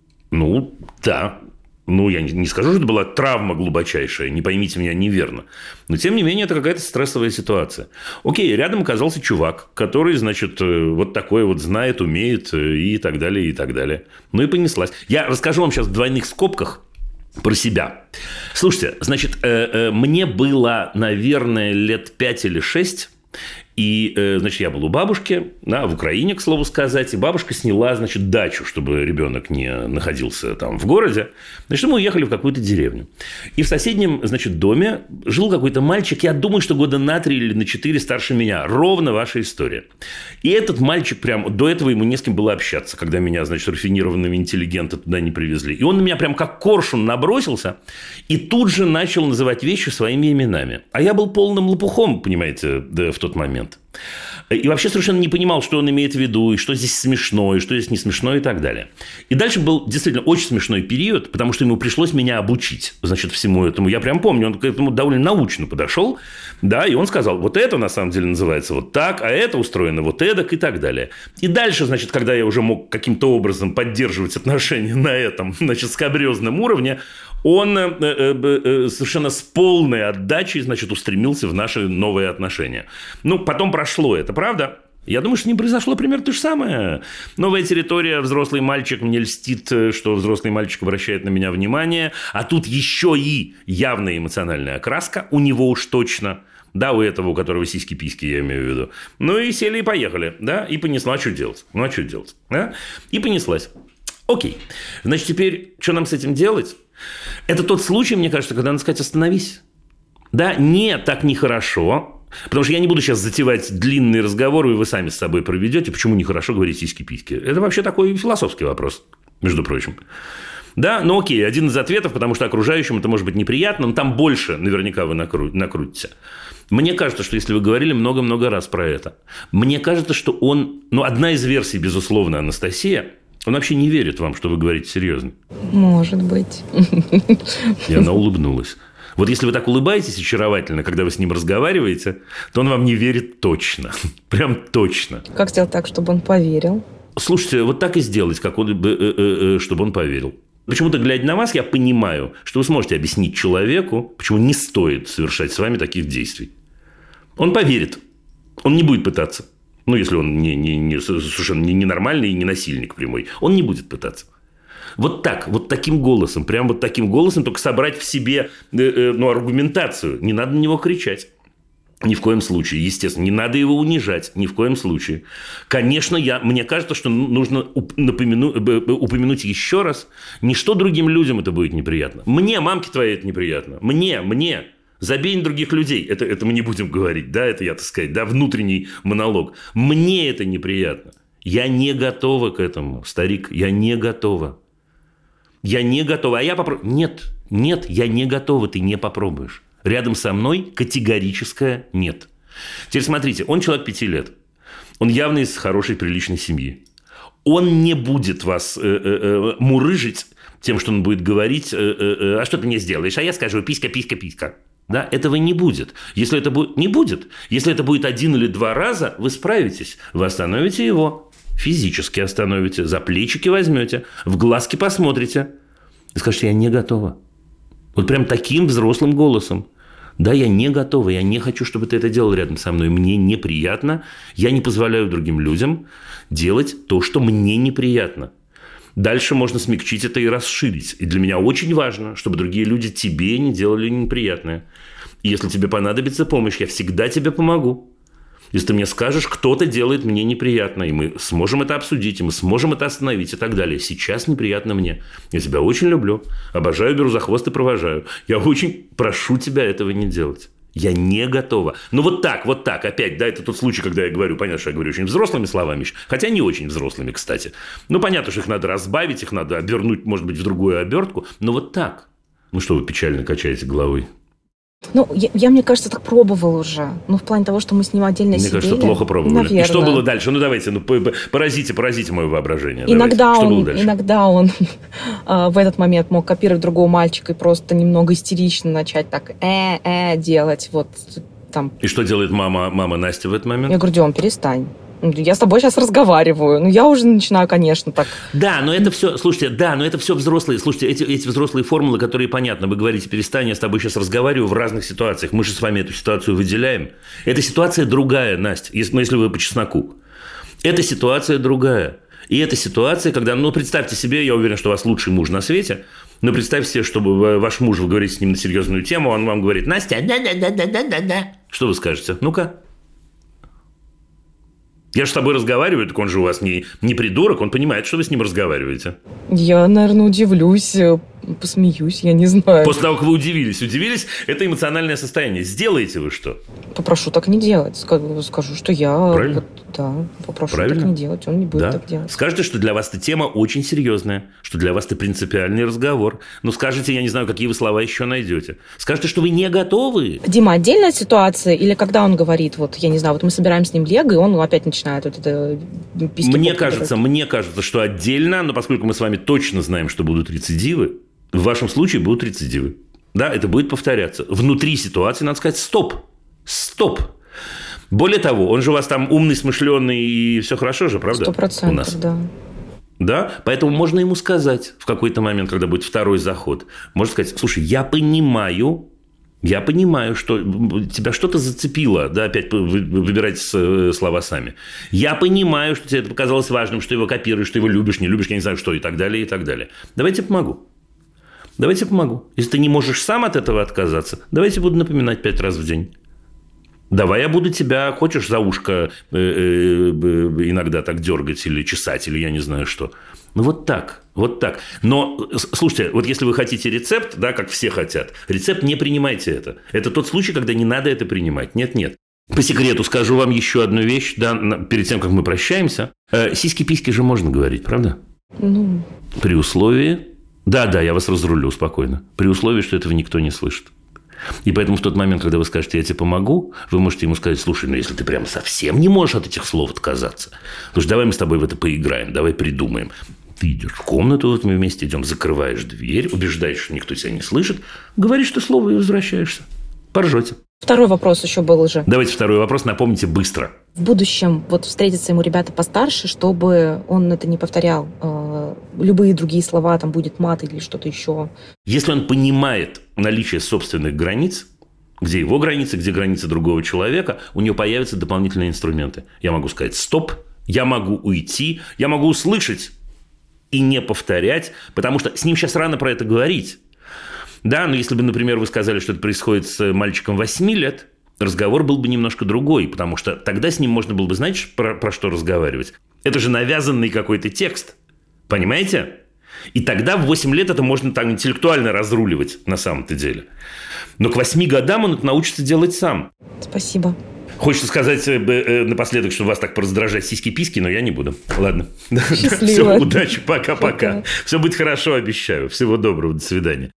Да. Я не скажу, что это была травма глубочайшая, не поймите меня неверно. Но, тем не менее, это какая-то стрессовая ситуация. Окей, рядом оказался чувак, который, такой знает, умеет и так далее, и так далее. И понеслась. Я расскажу вам сейчас в двойных скобках про себя. Слушайте, мне было, наверное, лет 5 или 6. И, я был у бабушки, в Украине, к слову сказать, и бабушка сняла, дачу, чтобы ребенок не находился там в городе. Мы уехали в какую-то деревню. И в соседнем, доме жил какой-то мальчик, я думаю, что года на 3 или на 4 старше меня. Ровно ваша история. И этот мальчик прям, до этого ему не с кем было общаться, когда меня, рафинированного интеллигента туда не привезли. И он на меня прям как коршун набросился и тут же начал называть вещи своими именами. А я был полным лопухом, понимаете, в тот момент. И вообще совершенно не понимал, что он имеет в виду, и что здесь смешно, и что здесь не смешно, и так далее. И дальше был действительно очень смешной период, потому что ему пришлось меня обучить, всему этому. Я прям помню, он к этому довольно научно подошел, да, и он сказал, это на самом деле называется так, а это устроено эдак, и так далее. И дальше, когда я уже мог каким-то образом поддерживать отношения на этом, скабрезном уровне, он совершенно с полной отдачей, значит, устремился в наши новые отношения. Ну, потом прошло это, правда? Я думаю, что с ним произошло примерно то же самое. Новая территория, взрослый мальчик, мне льстит, что взрослый мальчик обращает на меня внимание, а тут еще и явная эмоциональная окраска, у него уж точно, да, у этого, у которого сиськи-письки, я имею в виду. Ну, и сели, и поехали, да, и понесла, а что делать? Ну, а что делать, да? И понеслась. Окей, значит, теперь, что нам с этим делать? Это тот случай, мне кажется, когда надо сказать «остановись». Да, не, так нехорошо. Потому что я не буду сейчас затевать длинный разговор, и вы сами с собой проведете, почему нехорошо говорить сиськи-письки. Это вообще такой философский вопрос, между прочим. Да, ну окей, один из ответов, потому что окружающим это может быть неприятно, но там больше наверняка вы накрутите. Мне кажется, что если вы говорили много-много раз про это, мне кажется, что он, ну, одна из версий, безусловно, Анастасия, он вообще не верит вам, что вы говорите серьезно. Может быть. И она улыбнулась. Вот если вы так улыбаетесь очаровательно, когда вы с ним разговариваете, то он вам не верит точно. Прям точно. Как сделать так, чтобы он поверил? Слушайте, вот так и сделать, как он, чтобы он поверил. Почему-то, глядя на вас, я понимаю, что вы сможете объяснить человеку, почему не стоит совершать с вами таких действий. Он поверит. Он не будет пытаться. Ну, если он совершенно не нормальный и не насильник прямой. Он не будет пытаться. Вот так, вот таким голосом, прям вот таким голосом, только собрать в себе аргументацию. Не надо на него кричать. Ни в коем случае, естественно. Не надо его унижать. Ни в коем случае. Конечно, мне кажется, что нужно упомянуть еще раз, не что другим людям это будет неприятно. Мне, мамке твоей, это неприятно. Мне. Забей на других людей. Это мы не будем говорить. Да, это я, так сказать, да, внутренний монолог. Мне это неприятно. Я не готова к этому, старик. Я не готова. Я не готова. А я попробую. Нет, я не готова. Ты не попробуешь. Рядом со мной категорическое нет. Теперь смотрите, он человек 5 лет. Он явно из хорошей, приличной семьи. Он не будет вас мурыжить тем, что он будет говорить, а что ты мне сделаешь? А я скажу писька, писька, писька. Да, этого не будет. Если это будет... Не будет. Если это будет 1 или 2 раза, вы справитесь. Вы остановите его. Физически остановите. За плечики возьмете. В глазки посмотрите. И скажете, я не готова. Вот прям таким взрослым голосом. Да, я не готова. Я не хочу, чтобы ты это делал рядом со мной. Мне неприятно. Я не позволяю другим людям делать то, что мне неприятно. Дальше можно смягчить это и расширить. И для меня очень важно, чтобы другие люди тебе не делали неприятное. И если тебе понадобится помощь, я всегда тебе помогу. Если ты мне скажешь, кто-то делает мне неприятно, и мы сможем это обсудить, и мы сможем это остановить и так далее. Сейчас неприятно мне. Я тебя очень люблю, обожаю, беру за хвост и провожаю. Я очень прошу тебя этого не делать. Я не готова. Ну, вот так. Опять, да, это тот случай, когда я говорю, понятно, что я говорю очень взрослыми словами, хотя не очень взрослыми, кстати. Ну, понятно, что их надо разбавить, их надо обернуть, может быть, в другую обертку, но вот так. Ну, что вы печально качаете головой? Ну, я, мне кажется, так пробовал уже. Ну, в плане того, что мы с ним отдельно мне сидели. Мне кажется, плохо пробовали. Наверное. И что было дальше? Ну, давайте, поразите мое воображение. Иногда он в этот момент мог копировать другого мальчика и просто немного истерично начать так делать. Вот там. И что делает мама Настя в этот момент? Я говорю, Дем, перестань. Я с тобой сейчас разговариваю. Ну, я уже начинаю, конечно, так. Да, но это все, слушайте, это все взрослые. Слушайте, эти взрослые формулы, которые понятны. Вы говорите, перестань, я с тобой сейчас разговариваю в разных ситуациях. Мы же с вами эту ситуацию выделяем. Эта ситуация другая, Настя, если вы по чесноку. Эта ситуация другая. И эта ситуация, когда, представьте себе, я уверен, что у вас лучший муж на свете, но представьте себе, чтобы ваш муж, вы говорите с ним на серьезную тему, он вам говорит, Настя, да. Что вы скажете? Ну-ка. Я же с тобой разговариваю, так он же у вас не придурок, он понимает, что вы с ним разговариваете. Я, наверное, удивлюсь, посмеюсь, я не знаю. После того, как вы удивились, это эмоциональное состояние. Сделаете вы что? Попрошу так не делать. Скажу, что я... Правильно? Попрошу так не делать, он не будет так делать. Скажете, что для вас эта тема очень серьезная, что для вас это принципиальный разговор. Скажите, я не знаю, какие вы слова еще найдете. Скажете, что вы не готовы. Дима, отдельная ситуация, или когда он говорит, я не знаю, мы собираем с ним лего, и он опять начинает это письки. Мне кажется, что отдельно, но поскольку мы с вами точно знаем, что будут рецидивы, в вашем случае будут рецидивы. Да, это будет повторяться. Внутри ситуации надо сказать стоп. Более того, он же у вас там умный, смышленый, и все хорошо же, правда? 100%, у нас. Да. Да? Поэтому можно ему сказать в какой-то момент, когда будет второй заход, можно сказать: слушай, я понимаю, что тебя что-то зацепило, да, опять выбирайте слова сами. Я понимаю, что тебе это показалось важным, что его копируешь, что его любишь, не любишь, я не знаю что, и так далее, и так далее. Давайте помогу. Если ты не можешь сам от этого отказаться, давайте буду напоминать 5 раз в день. Давай я буду тебя, хочешь, за ушко иногда так дергать или чесать, или я не знаю что. Ну, вот так. Но, слушайте, вот если вы хотите рецепт, да, как все хотят, рецепт, не принимайте это. Это тот случай, когда не надо это принимать. Нет. По секрету скажу вам еще одну вещь, да, перед тем, как мы прощаемся. Сиськи-письки же можно говорить, правда? Ну... При условии... Да, я вас разрулю спокойно. При условии, что этого никто не слышит. И поэтому в тот момент, когда вы скажете: я тебе помогу, вы можете ему сказать: слушай, если ты прям совсем не можешь от этих слов отказаться, слушай, давай мы с тобой в это поиграем, давай придумаем. Ты идешь в комнату, вот мы вместе идем, закрываешь дверь, убеждаешь, что никто тебя не слышит, говоришь то слово и возвращаешься. Поржете. Второй вопрос еще был уже. Давайте второй вопрос, напомните быстро. В будущем вот встретятся ему ребята постарше, чтобы он это не повторял. Любые другие слова, там будет мат или что-то еще. Если он понимает наличие собственных границ, где его границы, где границы другого человека, у него появятся дополнительные инструменты. Я могу сказать «стоп», я могу уйти, я могу услышать и не повторять, потому что с ним сейчас рано про это говорить. Да, но если бы, например, вы сказали, что это происходит с мальчиком 8 лет, разговор был бы немножко другой, потому что тогда с ним можно было бы, знаете, про что разговаривать? Это же навязанный какой-то текст. Понимаете? И тогда в 8 лет это можно там интеллектуально разруливать на самом-то деле. Но к 8 годам он это научится делать сам. Спасибо. Хочется сказать напоследок, что вас так пораздражать сиськи-письки, но я не буду. Ладно. Счастливо. Все, удачи, пока-пока. Все будет хорошо, обещаю. Всего доброго, до свидания.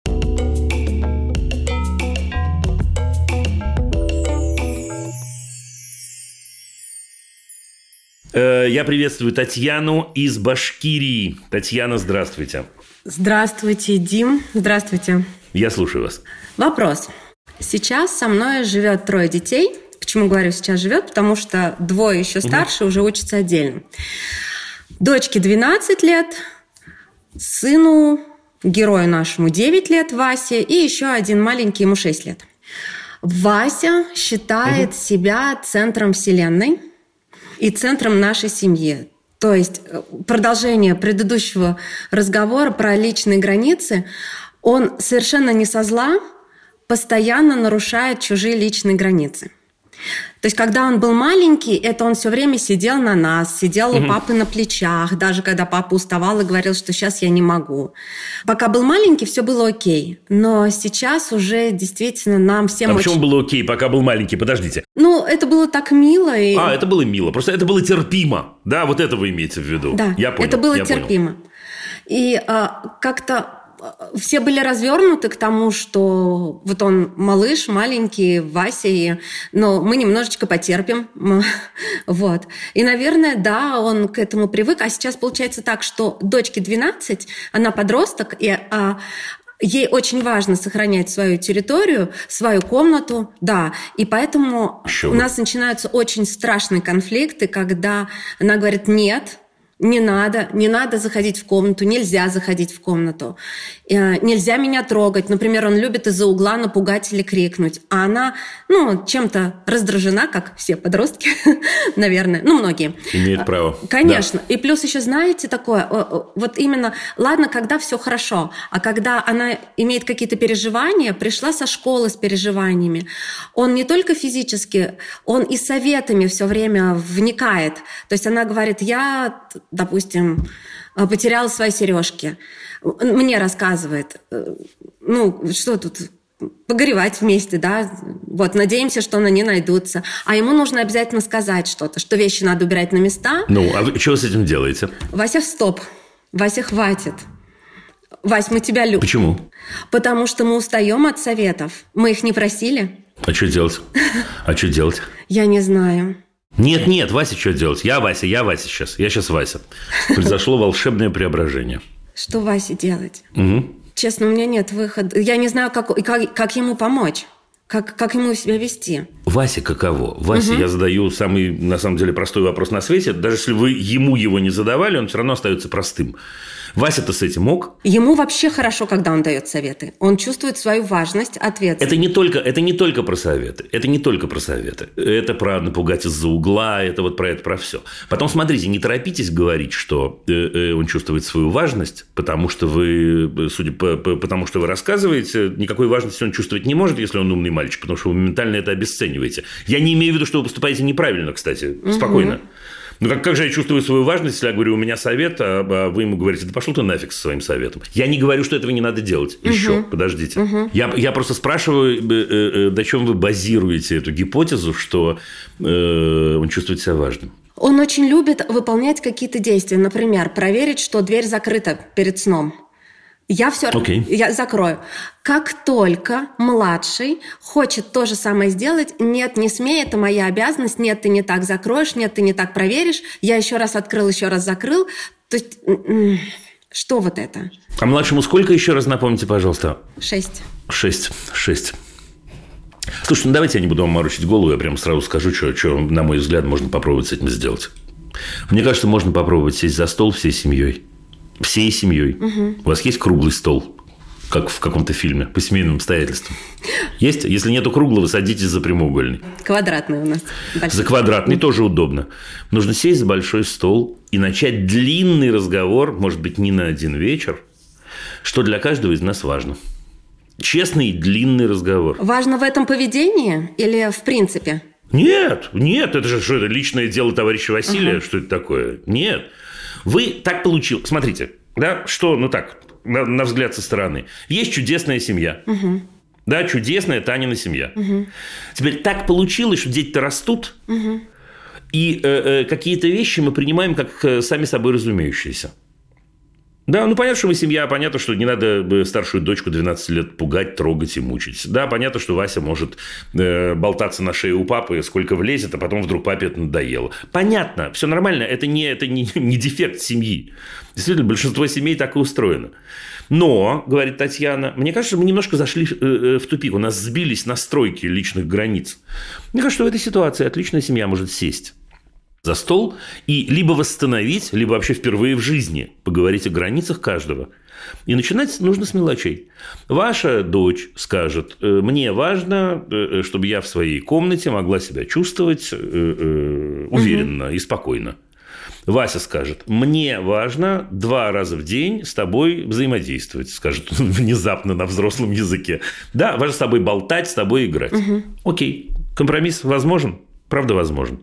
Я приветствую Татьяну из Башкирии. Татьяна, здравствуйте. Здравствуйте, Дим. Здравствуйте. Я слушаю вас. Вопрос. Сейчас со мной живет 3 детей. Почему говорю сейчас живет? Потому что 2 еще старше уже учатся отдельно. Дочке 12 лет, сыну, герою нашему 9 лет, Васе, и еще один маленький, ему 6 лет. Вася считает себя центром вселенной и центром нашей семьи. То есть продолжение предыдущего разговора про личные границы, он совершенно не со зла постоянно нарушает чужие личные границы. То есть, когда он был маленький, это он все время сидел на нас, сидел у папы на плечах, даже когда папа уставал и говорил, что сейчас я не могу. Пока был маленький, все было окей. Но сейчас уже действительно нам всем... почему было окей, пока был маленький? Подождите. Ну, это было так мило. И... это было мило. Просто это было терпимо. Да, вот это вы имеете в виду. Да, я понял, это было терпимо. И как-то... Все были развернуты к тому, что вот он малыш, маленький, Вася, но мы немножечко потерпим. Вот. И, наверное, да, он к этому привык. А сейчас получается так, что дочке 12, она подросток, и ей очень важно сохранять свою территорию, свою комнату, да. И поэтому у нас начинаются очень страшные конфликты, когда она говорит «нет». Не надо заходить в комнату, нельзя заходить в комнату, нельзя меня трогать. Например, он любит из-за угла напугать или крикнуть, а она, чем-то раздражена, как все подростки, наверное, многие. Имеет право. Конечно. Да. И плюс еще, знаете, такое, вот именно, ладно, когда все хорошо, а когда она имеет какие-то переживания, пришла со школы с переживаниями, он не только физически, он и советами все время вникает. То есть она говорит, я... допустим, потеряла свои сережки. Мне рассказывает, что тут, погоревать вместе, да, вот, надеемся, что они найдутся. А ему нужно обязательно сказать что-то, что вещи надо убирать на места. А вы что с этим делаете? Вася, стоп. Вася, хватит. Вась, мы тебя любим. Почему? Потому что мы устаем от советов. Мы их не просили. А что делать? Я не знаю. Нет, Вася, что делать? Я Вася сейчас. Я сейчас Вася. Произошло волшебное преображение. Что Васе делать? Честно, у меня нет выхода. Я не знаю, как ему помочь. Как ему себя вести? Васе каково? Васе я задаю самый, на самом деле, простой вопрос на свете. Даже если вы ему его не задавали, он все равно остается простым. Вася-то с этим мог? Ему вообще хорошо, когда он дает советы. Он чувствует свою важность, ответственность. Это не только про советы. Это не только про советы. Это про напугать из-за угла, это вот про это, про все. Потом, смотрите, не торопитесь говорить, что он чувствует свою важность, потому что вы, потому что вы рассказываете, никакой важности он чувствовать не может, если он умный мальчик, потому что вы моментально это обесцениваете. Я не имею в виду, что вы поступаете неправильно, кстати. Спокойно. Ну, как же я чувствую свою важность, если я говорю, у меня совет, а вы ему говорите, да пошел ты нафиг со своим советом. Я не говорю, что этого не надо делать. Еще, подождите. Я просто спрашиваю, на чем вы базируете эту гипотезу, что он чувствует себя важным. Он очень любит выполнять какие-то действия. Например, проверить, что дверь закрыта перед сном. Я закрою. Как только младший хочет то же самое сделать, нет, не смей, это моя обязанность, нет, ты не так закроешь, нет, ты не так проверишь, я еще раз открыл, еще раз закрыл. То есть, что вот это? А младшему сколько еще раз, напомните, пожалуйста? 6. 6. Слушайте, ну давайте я не буду вам морочить голову, я прям сразу скажу, что, на мой взгляд, можно попробовать с этим сделать. Мне кажется, можно попробовать сесть за стол всей семьей. Всей семьей. У вас есть круглый стол, как в каком-то фильме, по семейным обстоятельствам? Есть? Если нету круглого, садитесь за прямоугольный. Квадратный у нас. Большой. За квадратный тоже удобно. Нужно сесть за большой стол и начать длинный разговор, может быть, не на один вечер, что для каждого из нас важно. Честный и длинный разговор. Важно в этом поведении или в принципе? Нет, это же что, это личное дело товарища Василия, что это такое? Нет. Вы так получилось. Смотрите, да, что, ну так, на взгляд со стороны. Есть чудесная семья. Да, чудесная Танина семья. Теперь так получилось, что дети-то растут, и какие-то вещи мы принимаем как сами собой разумеющиеся. Да, ну понятно, что мы семья, понятно, что не надо старшую дочку 12 лет пугать, трогать и мучить. Да, понятно, что Вася может болтаться на шее у папы, сколько влезет, а потом вдруг папе это надоело. Понятно, все нормально, это не дефект семьи. Действительно, большинство семей так и устроено. Но, говорит Татьяна, мне кажется, мы немножко зашли в тупик, у нас сбились настройки личных границ. Мне кажется, что в этой ситуации отличная семья может сесть за стол и либо восстановить, либо вообще впервые в жизни поговорить о границах каждого. И начинать нужно с мелочей. Ваша дочь скажет, мне важно, чтобы я в своей комнате могла себя чувствовать уверенно и спокойно. Вася скажет, мне важно 2 раза в день с тобой взаимодействовать, скажет внезапно на взрослом языке. Да, важно с тобой болтать, с тобой играть. Окей, компромисс возможен? Правда, возможен.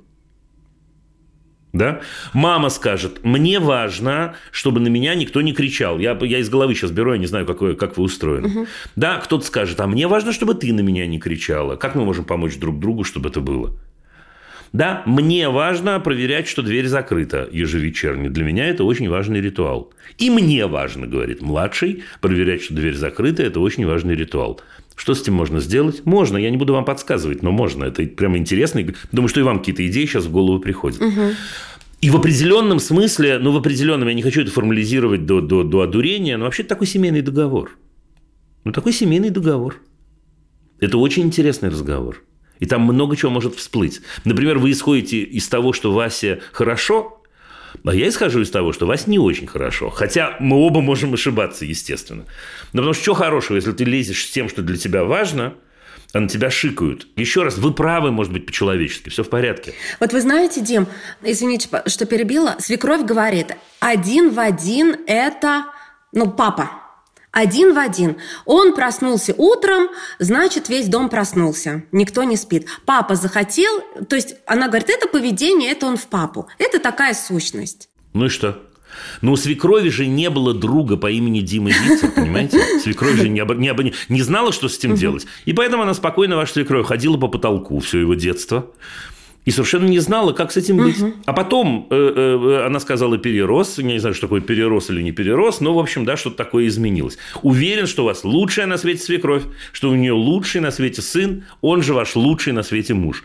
Да? Мама скажет, мне важно, чтобы на меня никто не кричал. Я из головы сейчас беру, я не знаю, как вы устроены. Да, кто-то скажет, а мне важно, чтобы ты на меня не кричала. Как мы можем помочь друг другу, чтобы это было? Да, мне важно проверять, что дверь закрыта ежевечерне. Для меня это очень важный ритуал. И мне важно, говорит младший, проверять, что дверь закрыта. Это очень важный ритуал. Что с этим можно сделать? Можно, я не буду вам подсказывать, но можно. Это прямо интересно. Думаю, что и вам какие-то идеи сейчас в голову приходят. И в определенном смысле, я не хочу это формализировать до одурения, но вообще это такой семейный договор. Такой семейный договор. Это очень интересный разговор. И там много чего может всплыть. Например, вы исходите из того, что Васе хорошо, а я исхожу из того, что Васе не очень хорошо. Хотя мы оба можем ошибаться, естественно. Но потому что хорошего, если ты лезешь с тем, что для тебя важно, а на тебя шикают. Еще раз, вы правы, может быть, по-человечески, все в порядке. Вот вы знаете, Дим, извините, что перебила, свекровь говорит, 1 в 1 это, папа. 1 в 1. Он проснулся утром, значит, весь дом проснулся. Никто не спит. Папа захотел, то есть она говорит, это поведение, это он в папу. Это такая сущность. Ну и что? У свекрови же не было друга по имени Дима Вицин, понимаете? Свекровь же не знала, что с этим делать. И поэтому она спокойно, ваша свекровь, ходила по потолку все его детство. И совершенно не знала, как с этим быть. А потом она сказала перерос. Я не знаю, что такое перерос или не перерос. Но, в общем, да, что-то такое изменилось. Уверен, что у вас лучшая на свете свекровь. Что у нее лучший на свете сын. Он же ваш лучший на свете муж.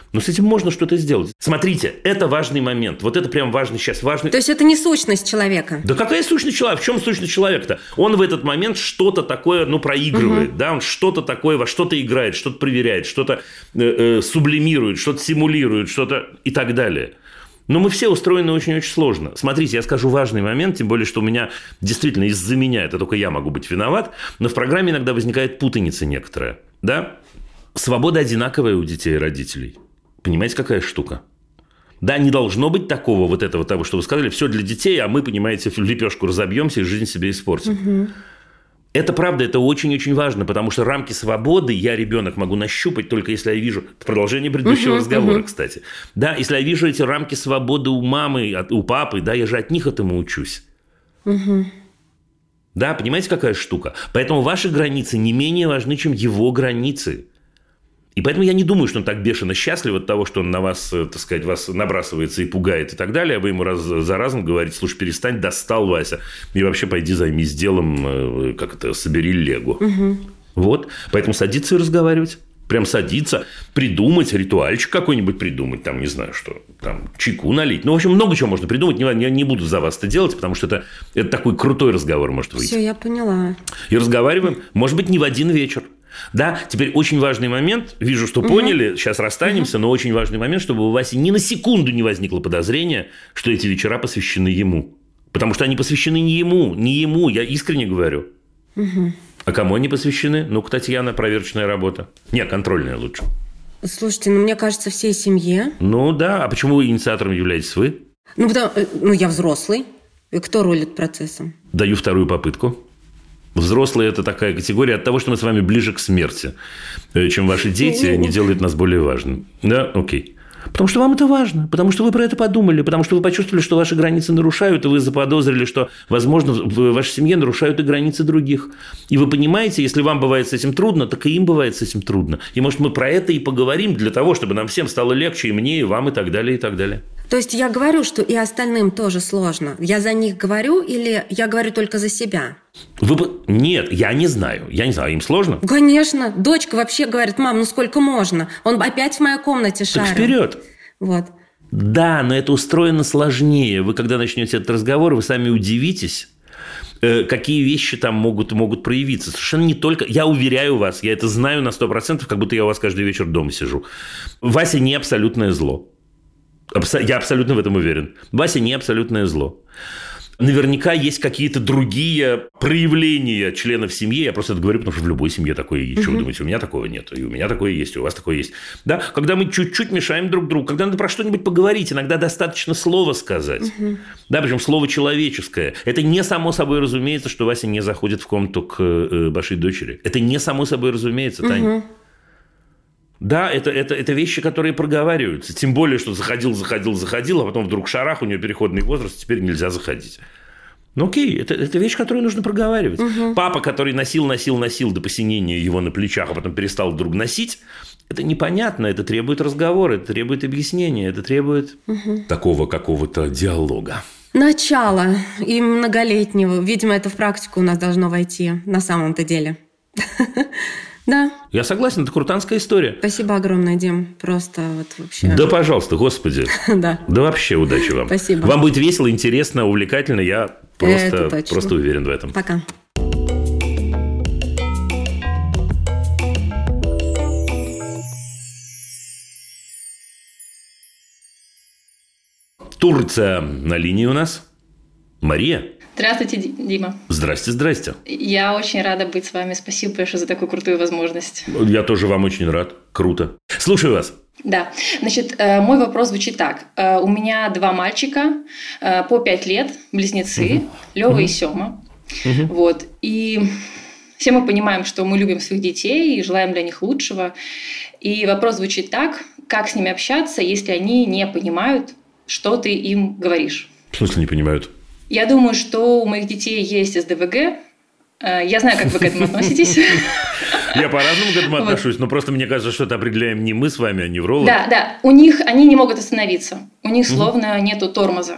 Но с этим можно что-то сделать. Смотрите, это важный момент. Вот это прям важный сейчас. Важный... То есть это не сущность человека? Да какая сущность человека? В чем сущность человека-то? Он в этот момент что-то такое, проигрывает. Да? Он что-то такое, во что-то играет, что-то проверяет, что-то сублимирует, что-то симулирует, что-то и так далее. Но мы все устроены очень-очень сложно. Смотрите, я скажу важный момент, тем более, что у меня действительно из-за меня, это только я могу быть виноват, но в программе иногда возникает путаница некоторая. Да? Свобода одинаковая у детей и родителей. Понимаете, какая штука? Да, не должно быть такого того, что вы сказали, все для детей, а мы, понимаете, в лепешку разобьемся и жизнь себе испортим. Это правда, это очень-очень важно, потому что рамки свободы я, ребенок, могу нащупать только если я вижу... Продолжение предыдущего разговора, кстати. Да, если я вижу эти рамки свободы у мамы, у папы, да, я же от них этому учусь. Да, понимаете, какая штука? Поэтому ваши границы не менее важны, чем его границы. И поэтому я не думаю, что он так бешено счастлив от того, что он на вас, так сказать, вас набрасывается и пугает и так далее, а вы ему раз за разом говорите: слушай, перестань, достал, Вася, и вообще пойди займись делом, собери лего. Вот, поэтому садиться и разговаривать. Прям садиться, придумать, ритуальчик какой-нибудь придумать, там, не знаю что, там, чайку налить. В общем, много чего можно придумать, я не буду за вас это делать, потому что это такой крутой разговор может выйти. Все, я поняла. И разговариваем, может быть, не в один вечер. Да, теперь очень важный момент, вижу, что поняли, сейчас расстанемся, но очень важный момент, чтобы у Васи ни на секунду не возникло подозрения, что эти вечера посвящены ему. Потому что они посвящены не ему, я искренне говорю. А кому они посвящены? Ну-ка, Татьяна, проверочная работа. Не, контрольная лучше. Слушайте, мне кажется, всей семье. Ну да, а почему инициатором являетесь вы? Я взрослый. И кто рулит процессом? Даю вторую попытку. Взрослые – это такая категория от того, что мы с вами ближе к смерти, чем ваши дети, не делает нас более важным. Да, окей. Потому что вам это важно, потому что вы про это подумали, потому что вы почувствовали, что ваши границы нарушают, и вы заподозрили, что, возможно, в вашей семье нарушают и границы других. И вы понимаете, если вам бывает с этим трудно, так и им бывает с этим трудно. И, может, мы про это и поговорим для того, чтобы нам всем стало легче, и мне, и вам, и так далее, и так далее. То есть я говорю, что и остальным тоже сложно. Я за них говорю или я говорю только за себя? Нет, я не знаю. Им сложно? Конечно. Дочка вообще говорит: мам, сколько можно? Он опять в моей комнате шарил. Так вперед. Вот. Да, но это устроено сложнее. Вы, когда начнете этот разговор, вы сами удивитесь, какие вещи там могут проявиться. Совершенно не только... Я уверяю вас, я это знаю на 100%, как будто я у вас каждый вечер дома сижу. Вася не абсолютное зло. Я абсолютно в этом уверен. Вася не абсолютное зло. Наверняка есть какие-то другие проявления членов семьи. Я просто это говорю, потому что в любой семье такое есть. Что вы думаете, у меня такого нет, и у меня такое есть, и у вас такое есть. Да? Когда мы чуть-чуть мешаем друг другу, когда надо про что-нибудь поговорить, иногда достаточно слова сказать. Да, причем слово человеческое. Это не само собой разумеется, что Вася не заходит в комнату к вашей дочери. Это не само собой разумеется, Таня. Да, это вещи, которые проговариваются. Тем более, что заходил, а потом вдруг шарах, у нее переходный возраст, теперь нельзя заходить. Ну окей, это вещь, которую нужно проговаривать. Папа, который носил до посинения его на плечах, а потом перестал вдруг носить, это непонятно, это требует разговора, это требует объяснения, это требует такого какого-то диалога. Начало и многолетнего. Видимо, это в практику у нас должно войти на самом-то деле. Да. Я согласен, это крутанская история. Спасибо огромное, Дим. Просто вообще... Да, пожалуйста, господи. Да. Да вообще удачи вам. Спасибо. Вам будет весело, интересно, увлекательно. Я просто уверен в этом. Пока. Турция на линии у нас. Мария. Здравствуйте, Дима. Здрасте. Я очень рада быть с вами. Спасибо большое за такую крутую возможность. Я тоже вам очень рад. Круто. Слушаю вас. Да. Значит, мой вопрос звучит так. У меня 2 мальчика по 5 лет, близнецы, Лёва и Сёма. Вот. И все мы понимаем, что мы любим своих детей и желаем для них лучшего. И вопрос звучит так. Как с ними общаться, если они не понимают, что ты им говоришь? В смысле не понимают? Я думаю, что у моих детей есть СДВГ. Я знаю, как вы к этому относитесь. Я по-разному к этому отношусь, но просто мне кажется, что это определяем не мы с вами, а невролог. Да. Они не могут остановиться. У них словно нету тормоза.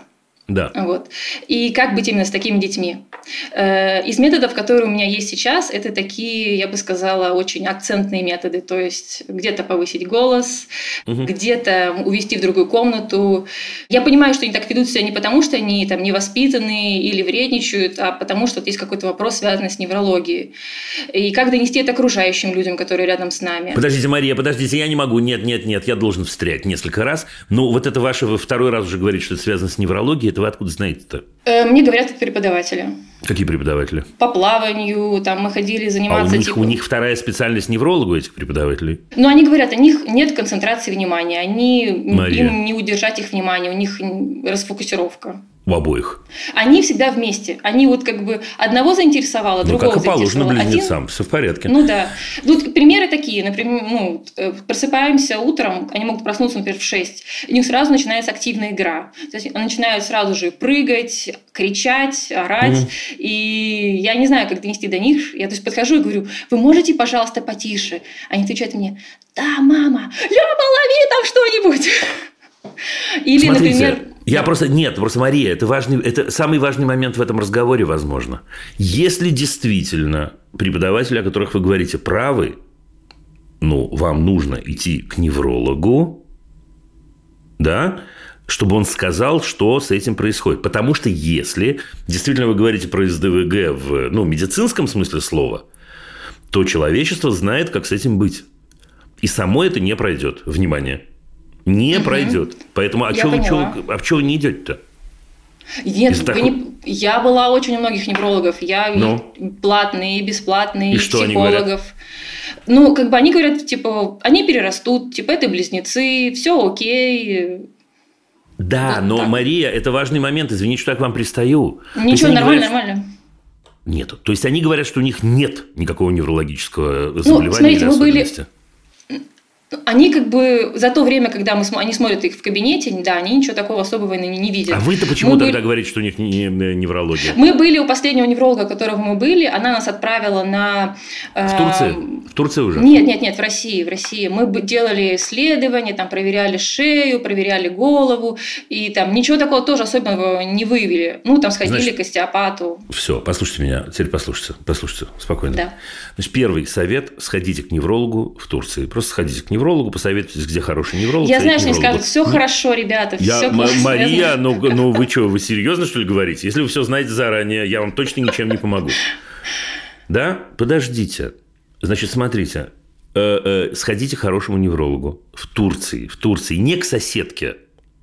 Да. Вот. И как быть именно с такими детьми? Из методов, которые у меня есть сейчас, это такие, я бы сказала, очень акцентные методы. То есть где-то повысить голос, где-то увести в другую комнату. Я понимаю, что они так ведут себя не потому, что они там невоспитанные или вредничают, а потому что есть какой-то вопрос, связанный с неврологией. И как донести это окружающим людям, которые рядом с нами. Подождите, Мария, подождите, я не могу. Нет, я должен встрять несколько раз. Ну, вот это ваше, вы второй раз уже говорите, что это связано с неврологией. Это вы откуда знаете-то? Мне говорят это преподаватели. Какие преподаватели? По плаванию, там мы ходили заниматься. У них вторая специальность невролога у этих преподавателей? Ну, они говорят, у них нет концентрации внимания, Мария. им не удержать их внимание, у них расфокусировка. У обоих? Они всегда вместе. Они вот как бы одного заинтересовало, другого как и положено заинтересовало. близнецам, все в порядке. Ну да. Тут примеры такие. Например, просыпаемся утром, они могут проснуться, например, в 6. У них сразу начинается активная игра. То есть они начинают сразу же прыгать, кричать, орать. И я не знаю, как донести до них. Я подхожу и говорю, вы можете, пожалуйста, потише? Они отвечают мне, да, мама, Лёва, лови там что-нибудь. Или, Смотрите, например... Просто, Мария, это самый важный момент в этом разговоре, возможно. Если действительно преподаватели, о которых вы говорите, правы, вам нужно идти к неврологу, да, чтобы он сказал, что с этим происходит. Потому что если действительно вы говорите про СДВГ в медицинском смысле слова, то человечество знает, как с этим быть. И само это не пройдет. Внимание. Не пройдет. Поэтому а чего вы не идете-то? Нет, я была очень у многих неврологов. Я платные, бесплатные, и психологов. Они говорят, они перерастут, это близнецы, все окей. Да, вот но, так. Мария, это важный момент. Извините, что я к вам пристаю. Ничего, нормально. Нету. То есть они говорят, что у них нет никакого неврологического заболевания или особенности. Они за то время, когда они смотрят их в кабинете, да, они ничего такого особого не видят. А вы-то почему тогда говорите, что у них не неврология? Мы были у последнего невролога, которого мы были, она нас отправила на... В Турции? В Турции уже? Нет, в России. Мы делали исследования, там проверяли шею, проверяли голову, и там ничего такого тоже особенного не выявили. Сходили к остеопату. Все, послушайте меня, теперь послушайте, спокойно. Да. Значит, первый совет – сходите к неврологу в Турции. Просто сходите к неврологу, посоветуйтесь, где хороший невролог. Я знаю, что они скажут, все хорошо, ребята, все классно. Мария, вы что, вы серьезно, что ли, говорите? Если вы все знаете заранее, я вам точно ничем не помогу. Да? Подождите. Значит, смотрите. Сходите к хорошему неврологу в Турции. Не к соседке.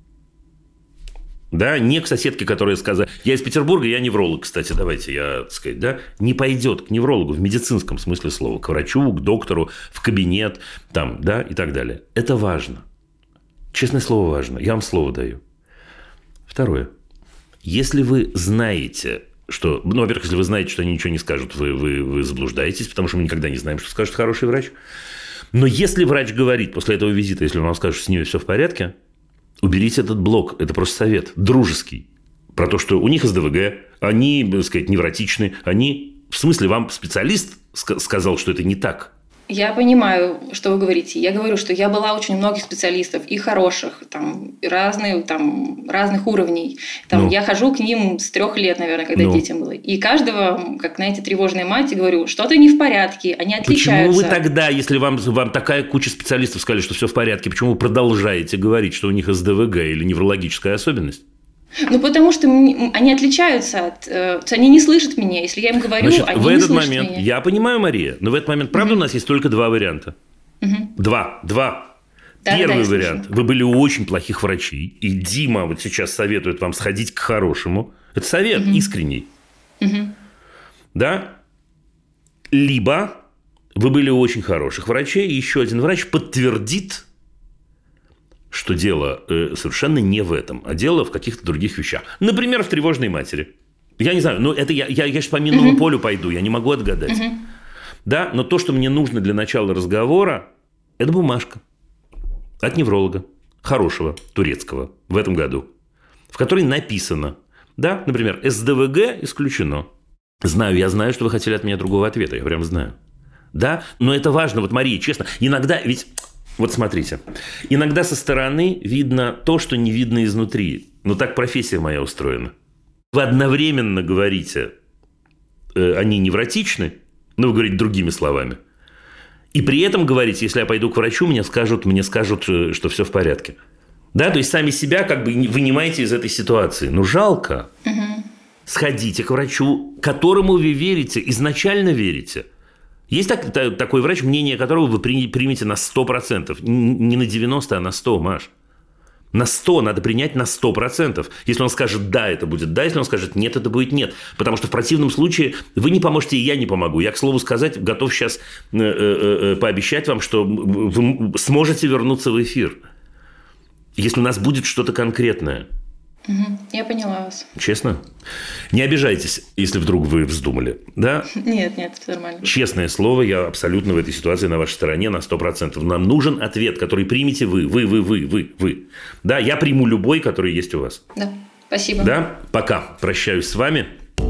Да, не к соседке, которая сказала... Я из Петербурга, я невролог, кстати, давайте я, так сказать, да, не пойдет к неврологу в медицинском смысле слова, к врачу, к доктору, в кабинет, там, да, и так далее. Это важно. Честное слово, важно. Я вам слово даю. Второе. Если вы знаете, что... во-первых, если вы знаете, что они ничего не скажут, вы заблуждаетесь, потому что мы никогда не знаем, что скажет хороший врач. Но если врач говорит после этого визита, если он вам скажет, что с ними все в порядке... Уберите этот блок. Это просто совет. Дружеский. Про то, что у них СДВГ, они, так сказать, невротичны. В смысле, вам специалист сказал, что это не так? Я понимаю, что вы говорите. Я говорю, что я была очень у многих специалистов, и хороших, разных уровней. Я хожу к ним с 3 лет, наверное, когда детям было. И каждого, как, знаете, тревожная мать, говорю, что-то не в порядке, они отличаются. Почему вы тогда, если вам такая куча специалистов сказали, что все в порядке, почему вы продолжаете говорить, что у них СДВГ или неврологическая особенность? Потому что они отличаются они не слышат меня. Если я им говорю, значит, они в не этот слышат момент, меня. я понимаю, Мария, но в этот момент, правда, у нас есть только 2 варианта? Два. Первый вариант. Вы были у очень плохих врачей, и Дима вот сейчас советует вам сходить к хорошему. Это совет искренний. Да? Либо вы были у очень хороших врачей, и еще один врач подтвердит, что дело совершенно не в этом, а дело в каких-то других вещах. Например, в тревожной матери. Я не знаю, это я сейчас по минному полю пойду, я не могу отгадать. Да, но то, что мне нужно для начала разговора, это бумажка от невролога, хорошего, турецкого, в этом году, в которой написано, да, например, СДВГ исключено. Я знаю, что вы хотели от меня другого ответа, я прям знаю. Да, но это важно, Мария, честно, иногда ведь... Вот смотрите. Иногда со стороны видно то, что не видно изнутри. Но так профессия моя устроена. Вы одновременно говорите, они невротичны, но вы говорите другими словами. И при этом говорите, если я пойду к врачу, мне скажут, что все в порядке. Да, то есть сами себя как бы вынимаете из этой ситуации. Ну, жалко. Сходите к врачу, которому вы верите, изначально верите. Есть такой врач, мнение которого вы примете на 100%. Не на 90%, а на 100%, Маш. На 100 надо принять на 100%. Если он скажет «да», это будет «да», если он скажет «нет», это будет «нет». Потому что в противном случае вы не поможете, и я не помогу. Я, к слову сказать, готов сейчас пообещать вам, что вы сможете вернуться в эфир, если у нас будет что-то конкретное. Я поняла вас. Честно? Не обижайтесь, если вдруг вы вздумали. Да? Нет, все нормально. Честное слово, я абсолютно в этой ситуации на вашей стороне на 100%. Нам нужен ответ, который примете вы. Да, я приму любой, который есть у вас. Да, спасибо. Да, пока. Прощаюсь с вами.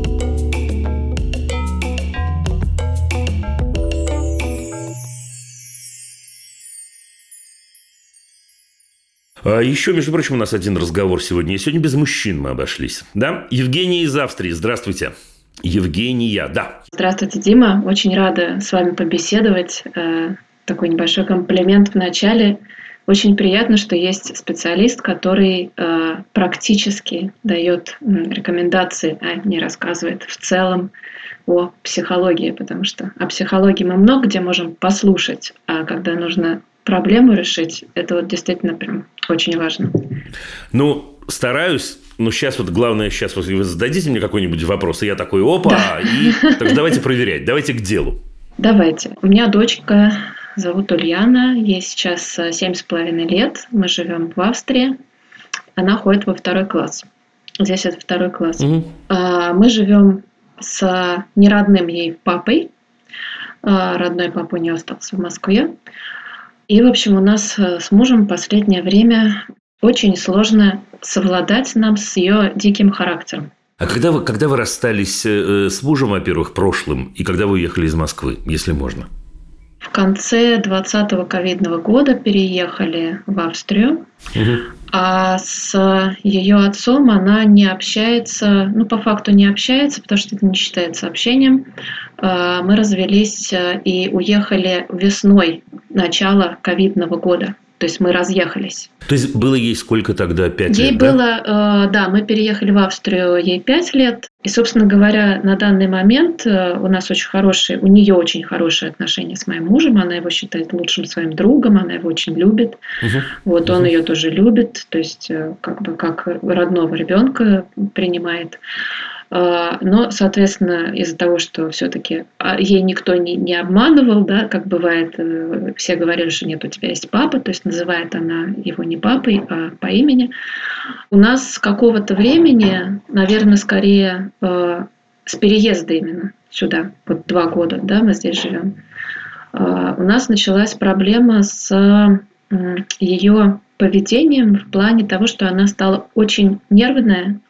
Еще, между прочим, у нас один разговор сегодня. И сегодня без мужчин мы обошлись. Да? Евгения из Австрии. Здравствуйте. Евгения, да. Здравствуйте, Дима. Очень рада с вами побеседовать. Такой небольшой комплимент в начале. Очень приятно, что есть специалист, который практически дает рекомендации, а не рассказывает в целом о психологии. Потому что о психологии мы много где можем послушать, а когда нужно проблему решить, это вот действительно прям очень важно. Ну, стараюсь. Но сейчас вот главное, сейчас вот вы зададите мне какой-нибудь вопрос, и я такой, опа, да. И так давайте проверять, давайте к делу. Давайте. У меня дочка, зовут Ульяна, ей сейчас 7,5 лет, мы живем в Австрии, она ходит во 2 класс. Здесь это 2 класс. Угу. Мы живем с неродным ей папой, родной папа у нее остался в Москве. И, в общем, у нас с мужем в последнее время очень сложно совладать нам с ее диким характером. А когда вы расстались с мужем, во-первых, прошлым, и когда вы уехали из Москвы, если можно? В конце 2020 ковидного года переехали в Австрию, а с ее отцом она не общается, по факту не общается, потому что это не считается общением. Мы развелись и уехали весной начала ковидного года. То есть мы разъехались. То есть было ей сколько тогда? 5 лет? Ей было, да, мы переехали в Австрию, ей 5 лет. И, собственно говоря, на данный момент у нее очень хорошие отношения с моим мужем. Она его считает лучшим своим другом, она его очень любит. Он ее тоже любит, то есть как родного ребенка принимает. Но, соответственно, из-за того, что все-таки ей никто не обманывал, да, как бывает, все говорили, что нет, у тебя есть папа, то есть называет она его не папой, а по имени. У нас с какого-то времени, наверное, скорее с переезда именно сюда, вот 2 года, да, мы здесь живем, у нас началась проблема с ее поведением в плане того, что она стала очень нервная,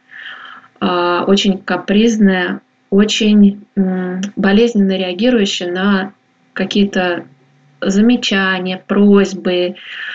очень капризная, очень болезненно реагирующая на какие-то замечания, просьбы,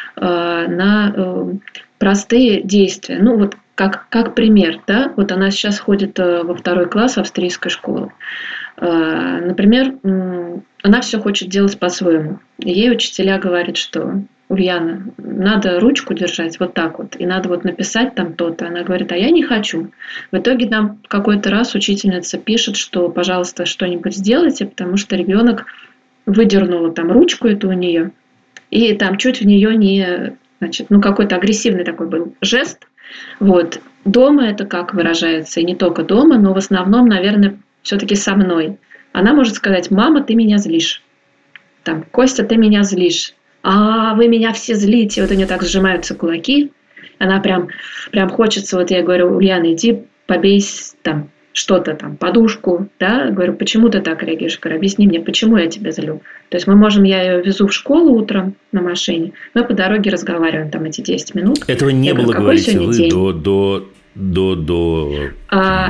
на простые действия. Как пример, да, вот она сейчас ходит во 2 класс австрийской школы. Например, она все хочет делать по-своему. Ей учителя говорят, что Ульяна, надо ручку держать вот так вот, и надо вот написать там то-то. Она говорит, а я не хочу. В итоге нам какой-то раз учительница пишет, что, пожалуйста, что-нибудь сделайте, потому что ребенок выдернула там ручку эту у нее, и там чуть в нее какой-то агрессивный такой был жест. Вот. Дома это как выражается, и не только дома, но в основном, наверное, все-таки со мной. Она может сказать, мама, ты меня злишь. Там, Костя, ты меня злишь. А вы меня все злите. Вот у нее так сжимаются кулаки. Она прям хочется, вот я говорю, Ульяна, иди побей там что-то там, подушку, да, говорю, почему ты так реагируешь? Говорю, объясни мне, почему я тебя злю. То есть я ее везу в школу утром на машине, мы по дороге разговариваем там эти 10 минут. Этого не было, говорите вы,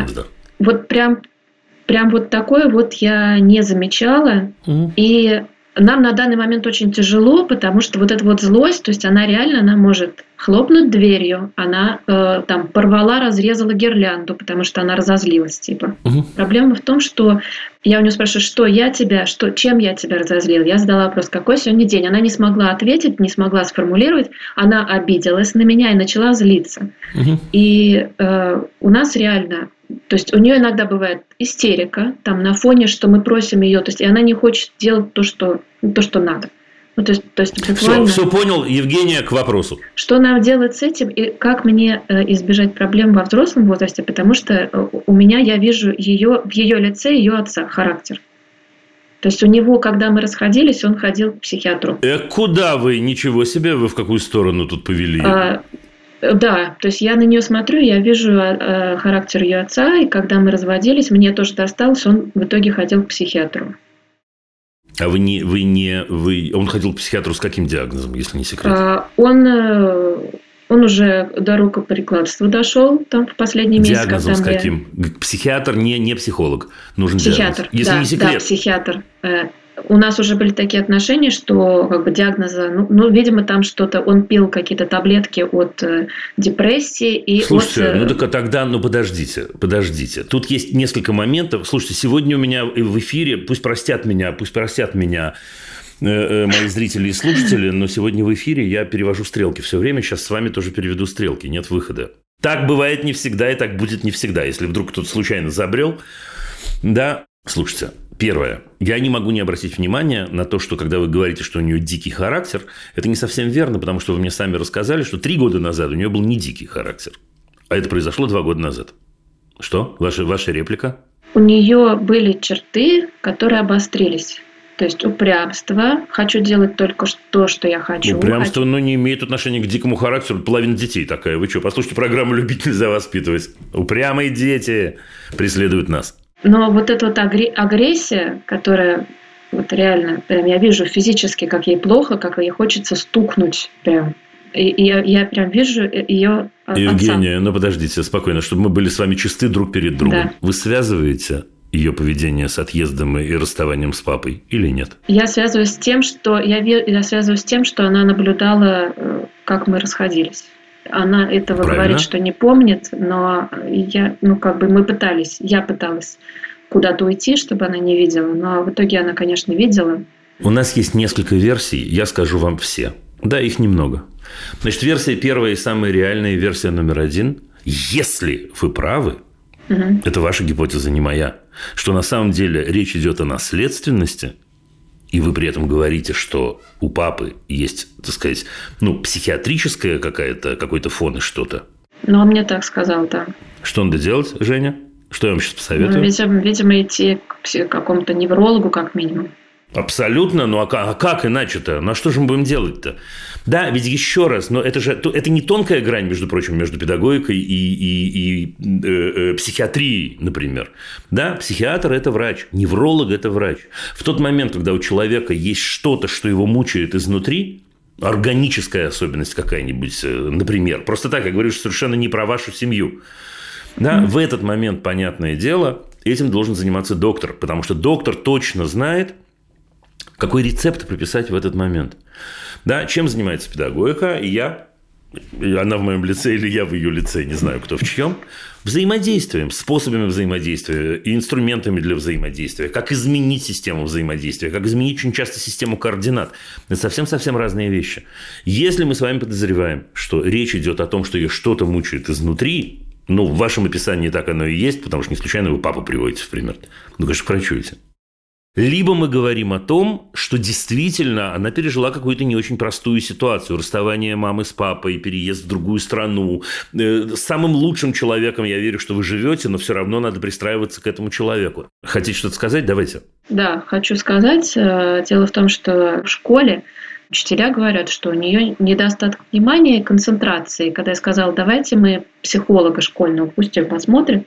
Вот прям вот такое вот я не замечала. И Нам на данный момент очень тяжело, потому что вот эта вот злость, то есть она реально, она может хлопнуть дверью, она там порвала, разрезала гирлянду, потому что она разозлилась, типа. Проблема в том, что я у нее спрашиваю, чем я тебя разозлила? Я задала вопрос, какой сегодня день? Она не смогла ответить, не смогла сформулировать, она обиделась на меня и начала злиться. И у нас реально... То есть у нее иногда бывает истерика, там на фоне, что мы просим ее, то есть и она не хочет делать то, что надо. Ну, то есть буквально... Все понял, Евгения, к вопросу. Что нам делать с этим и как мне избежать проблем во взрослом возрасте, потому что я вижу в ее лице ее отца характер. То есть у него, когда мы расходились, он ходил к психиатру. Куда вы? Ничего себе, вы в какую сторону тут повели? Да, то есть я на нее смотрю, я вижу характер ее отца, и когда мы разводились, мне тоже досталось, он в итоге ходил к психиатру. А он ходил к психиатру с каким диагнозом, если не секрет? Он уже до рукоприкладства дошел там в последний месяц. Диагнозом с каким? Психиатр, не психолог. Нужен психиатр, диагноз. Если не секрет. Да, психиатр. У нас уже были такие отношения, что как бы диагноза, видимо, там что-то, он пил какие-то таблетки от депрессии и Слушайте, тогда, подождите. Тут есть несколько моментов. Слушайте, сегодня у меня в эфире, пусть простят меня мои зрители и слушатели, но сегодня в эфире я перевожу стрелки все время, сейчас с вами тоже переведу стрелки, нет выхода. Так бывает не всегда, и так будет не всегда, если вдруг кто-то случайно забрел. Да, слушайте. Первое. Я не могу не обратить внимания на то, что когда вы говорите, что у нее дикий характер, это не совсем верно, потому что вы мне сами рассказали, что 3 года назад у нее был не дикий характер. А это произошло 2 года назад. Что? Ваша реплика? У нее были черты, которые обострились. То есть упрямство. Хочу делать только то, что я хочу. Упрямство, не имеет отношения к дикому характеру. Половина детей такая. Вы что, послушайте программу «Любить нельзя воспитывать». Упрямые дети преследуют нас. Но вот эта вот агрессия, которая вот реально, прям я вижу физически, как ей плохо, как ей хочется стукнуть прям. И я прям вижу ее отца. Евгения, подождите, спокойно, чтобы мы были с вами чисты друг перед другом. Да. Вы связываете ее поведение с отъездом и расставанием с папой или нет? Я связываю с тем, что она наблюдала, как мы расходились. Она этого говорит, что не помнит, но я пыталась куда-то уйти, чтобы она не видела, но в итоге она, конечно, видела. У нас есть несколько версий, я скажу вам все. Да, их немного. Значит, версия первая и самая реальная, версия номер 1. Если вы правы, это ваша гипотеза, не моя, что на самом деле речь идет о наследственности, и вы при этом говорите, что у папы есть, так сказать, психиатрическое какой-то фон и что-то. Он мне так сказал, да. Что надо делать, Женя? Что я вам сейчас посоветую? Видимо, идти к какому-то неврологу, как минимум. Абсолютно. А как иначе-то? А что же мы будем делать-то? Да, ведь еще раз, но это не тонкая грань, между прочим, между педагогикой и психиатрией, например. Да, психиатр – это врач, невролог – это врач. В тот момент, когда у человека есть что-то, что его мучает изнутри, органическая особенность какая-нибудь, например, просто так, я говорю, что совершенно не про вашу семью. Да, в этот момент, понятное дело, этим должен заниматься доктор, потому что доктор точно знает, какой рецепт прописать в этот момент. Да, чем занимается педагогика, она в моем лице или я в ее лице, не знаю, кто в чьем, взаимодействием, способами взаимодействия и инструментами для взаимодействия, как изменить систему взаимодействия, как изменить очень часто систему координат. Это совсем-совсем разные вещи. Если мы с вами подозреваем, что речь идет о том, что ее что-то мучает изнутри, в вашем описании так оно и есть, потому что не случайно вы папу приводите в пример. Конечно, к врачу идти. Либо мы говорим о том, что действительно она пережила какую-то не очень простую ситуацию. Расставание мамы с папой, переезд в другую страну. Самым лучшим человеком, я верю, что вы живете, но все равно надо пристраиваться к этому человеку. Хотите что-то сказать? Давайте. Да, хочу сказать. Дело в том, что в школе учителя говорят, что у нее недостаток внимания и концентрации. Когда я сказала, давайте мы психолога школьного пусть ее посмотрим,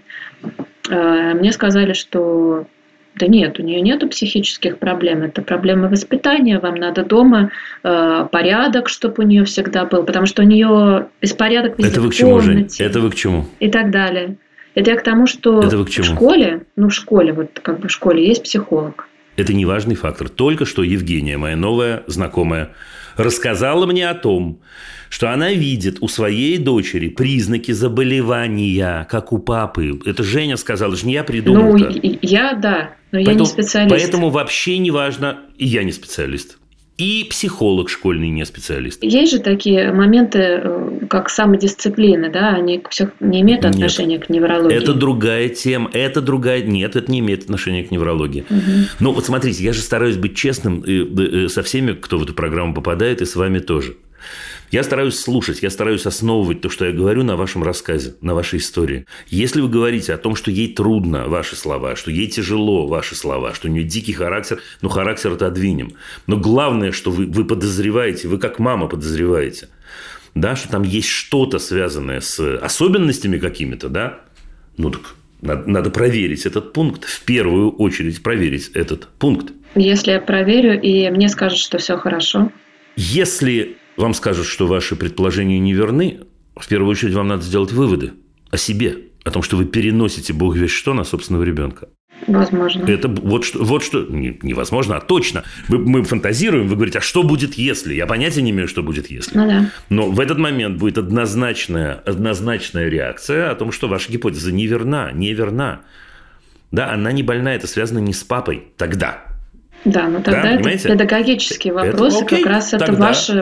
мне сказали, что... Да нет, у нее нету психических проблем. Это проблемы воспитания. Вам надо дома порядок, чтобы у нее всегда был. Потому что у нее беспорядок везде в комнате. Это вы к чему, Жень? Это вы к чему? И так далее. Это я к тому, что в школе, в школе есть психолог. Это не важный фактор. Только что Евгения, моя новая знакомая, рассказала мне о том, что она видит у своей дочери признаки заболевания, как у папы. Это Женя сказала, это же не я придумал. Но я не специалист. Поэтому вообще не важно, и я не специалист. И психолог школьный не специалист. Есть же такие моменты, как самодисциплина, да? Они не имеют отношения к неврологии. Это другая тема. Нет, это не имеет отношения к неврологии. Ну, вот смотрите, я же стараюсь быть честным со всеми, кто в эту программу попадает, и с вами тоже. Я стараюсь слушать, я стараюсь основывать то, что я говорю, на вашем рассказе, на вашей истории. Если вы говорите о том, что ей трудно, ваши слова, что ей тяжело, ваши слова, что у нее дикий характер, ну, характер это отодвинем. Но главное, что вы подозреваете, вы как мама подозреваете, да, что там есть что-то связанное с особенностями какими-то, да, ну, так надо проверить этот пункт, в первую очередь проверить этот пункт. Если я проверю, и мне скажут, что все хорошо. Если вам скажут, что ваши предположения неверны, в первую очередь вам надо сделать выводы о себе, о том, что вы переносите бог весть что на собственного ребенка. Возможно. Это вот что невозможно, а точно. Мы фантазируем, вы говорите, а что будет, если? Я понятия не имею, что будет, если. Ну, да. Но в этот момент будет однозначная реакция о том, что ваша гипотеза неверна. Да, она не больна, это связано не с папой тогда. Да, но тогда это педагогические вопросы, как раз это ваши.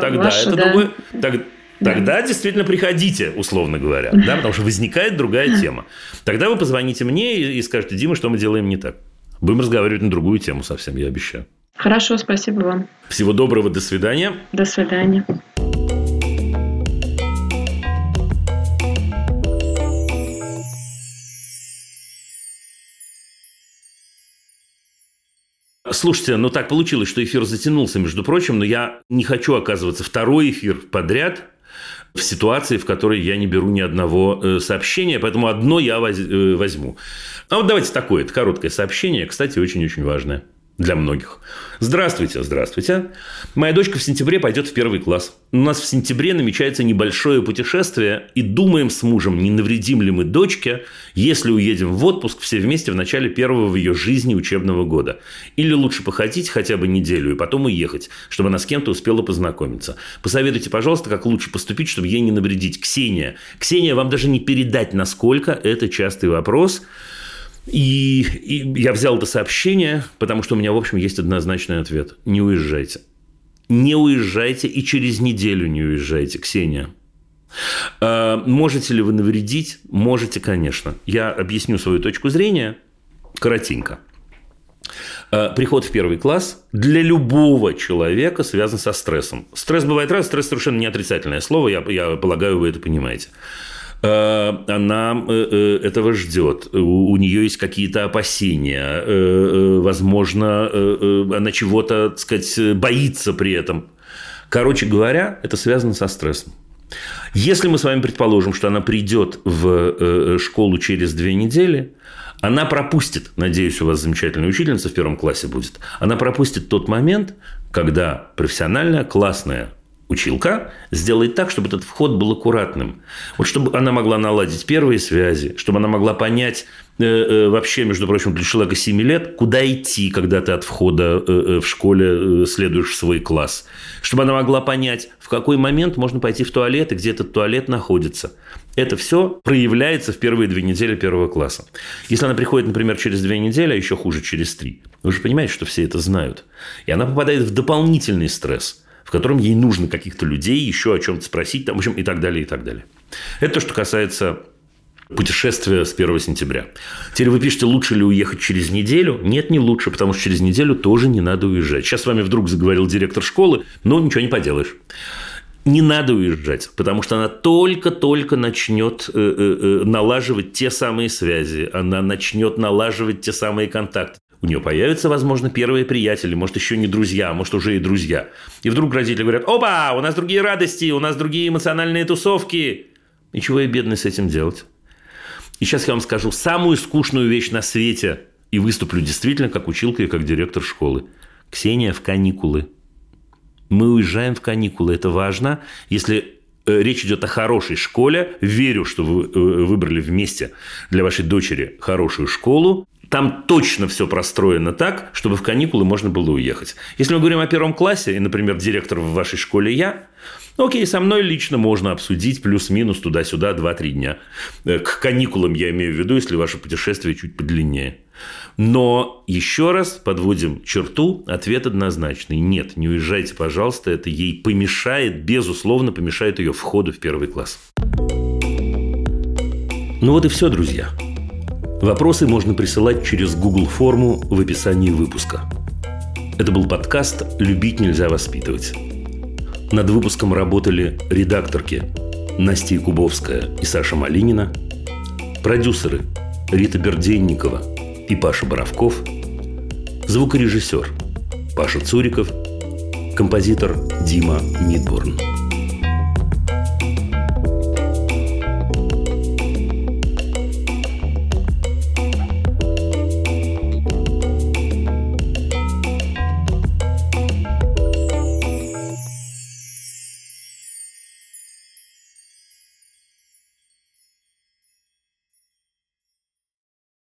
Тогда действительно приходите, условно говоря, да, потому что возникает другая тема. Тогда вы позвоните мне и скажете: Дима, что мы делаем не так. Будем разговаривать на другую тему совсем, я обещаю. Хорошо, спасибо вам. Всего доброго, до свидания. До свидания. Слушайте, ну так получилось, что эфир затянулся, между прочим, но я не хочу оказываться второй эфир подряд в ситуации, в которой я не беру ни одного сообщения, поэтому одно я возьму. А вот давайте такое, это короткое сообщение, кстати, очень-очень важное для многих. Здравствуйте. Моя дочка в сентябре пойдет в 1 класс. У нас в сентябре намечается небольшое путешествие, и думаем с мужем, не навредим ли мы дочке, если уедем в отпуск все вместе в начале первого в ее жизни учебного года. Или лучше походить хотя бы неделю и потом уехать, чтобы она с кем-то успела познакомиться. Посоветуйте, пожалуйста, как лучше поступить, чтобы ей не навредить. Ксения, вам даже не передать, насколько это частый вопрос. И я взял это сообщение, потому что у меня, в общем, есть однозначный ответ. Не уезжайте. Не уезжайте и через неделю не уезжайте, Ксения. Можете ли вы навредить? Можете, конечно. Я объясню свою точку зрения коротенько. Приход в 1 класс для любого человека связан со стрессом. Стресс бывает раз, стресс совершенно не отрицательное слово, я полагаю, вы это понимаете. Она этого ждет, у нее есть какие-то опасения, возможно, она чего-то, так сказать, боится при этом. Короче говоря, это связано со стрессом. Если мы с вами предположим, что она придет в школу через 2 недели, она пропустит, надеюсь, у вас замечательная учительница в 1 классе будет, она пропустит тот момент, когда профессиональная, классная училка сделает так, чтобы этот вход был аккуратным. Вот чтобы она могла наладить первые связи, чтобы она могла понять вообще, между прочим, для человека 7 лет, куда идти, когда ты от входа в школе следуешь в свой класс. Чтобы она могла понять, в какой момент можно пойти в туалет и где этот туалет находится. Это все проявляется в первые 2 недели 1 класса. Если она приходит, например, через 2 недели, а еще хуже, через 3, вы же понимаете, что все это знают. И она попадает в дополнительный стресс, в котором ей нужно каких-то людей еще о чем-то спросить, там, в общем, и так далее, и так далее. Это то, что касается путешествия с 1 сентября. Теперь вы пишете, лучше ли уехать через неделю? Нет, не лучше, потому что через неделю тоже не надо уезжать. Сейчас с вами вдруг заговорил директор школы, но ничего не поделаешь. Не надо уезжать, потому что она только-только начнет налаживать те самые связи, она начнет налаживать те самые контакты. У нее появятся, возможно, первые приятели, может, еще не друзья, может, уже и друзья. И вдруг родители говорят: опа, у нас другие радости, у нас другие эмоциональные тусовки. И чего ей, бедной, с этим делать? И сейчас я вам скажу самую скучную вещь на свете. И выступлю действительно как училка и как директор школы. Ксения, в каникулы. Мы уезжаем в каникулы. Это важно. Если речь идет о хорошей школе, верю, что вы выбрали вместе для вашей дочери хорошую школу. там точно все простроено так, чтобы в каникулы можно было уехать. Если мы говорим о 1 классе, и, например, директор в вашей школе я, окей, со мной лично можно обсудить плюс-минус туда-сюда 2-3 дня. К каникулам я имею в виду, если ваше путешествие чуть подлиннее. Но еще раз подводим черту, ответ однозначный. Нет, не уезжайте, пожалуйста, это ей помешает, безусловно, помешает ее входу в 1 класс. Ну вот и все, друзья. Вопросы можно присылать через Google форму в описании выпуска. Это был подкаст «Любить нельзя воспитывать». Над выпуском работали редакторки Настя Якубовская и Саша Малинина, продюсеры Рита Берденникова и Паша Боровков, звукорежиссер Паша Цуриков, композитор Дима Мидборн.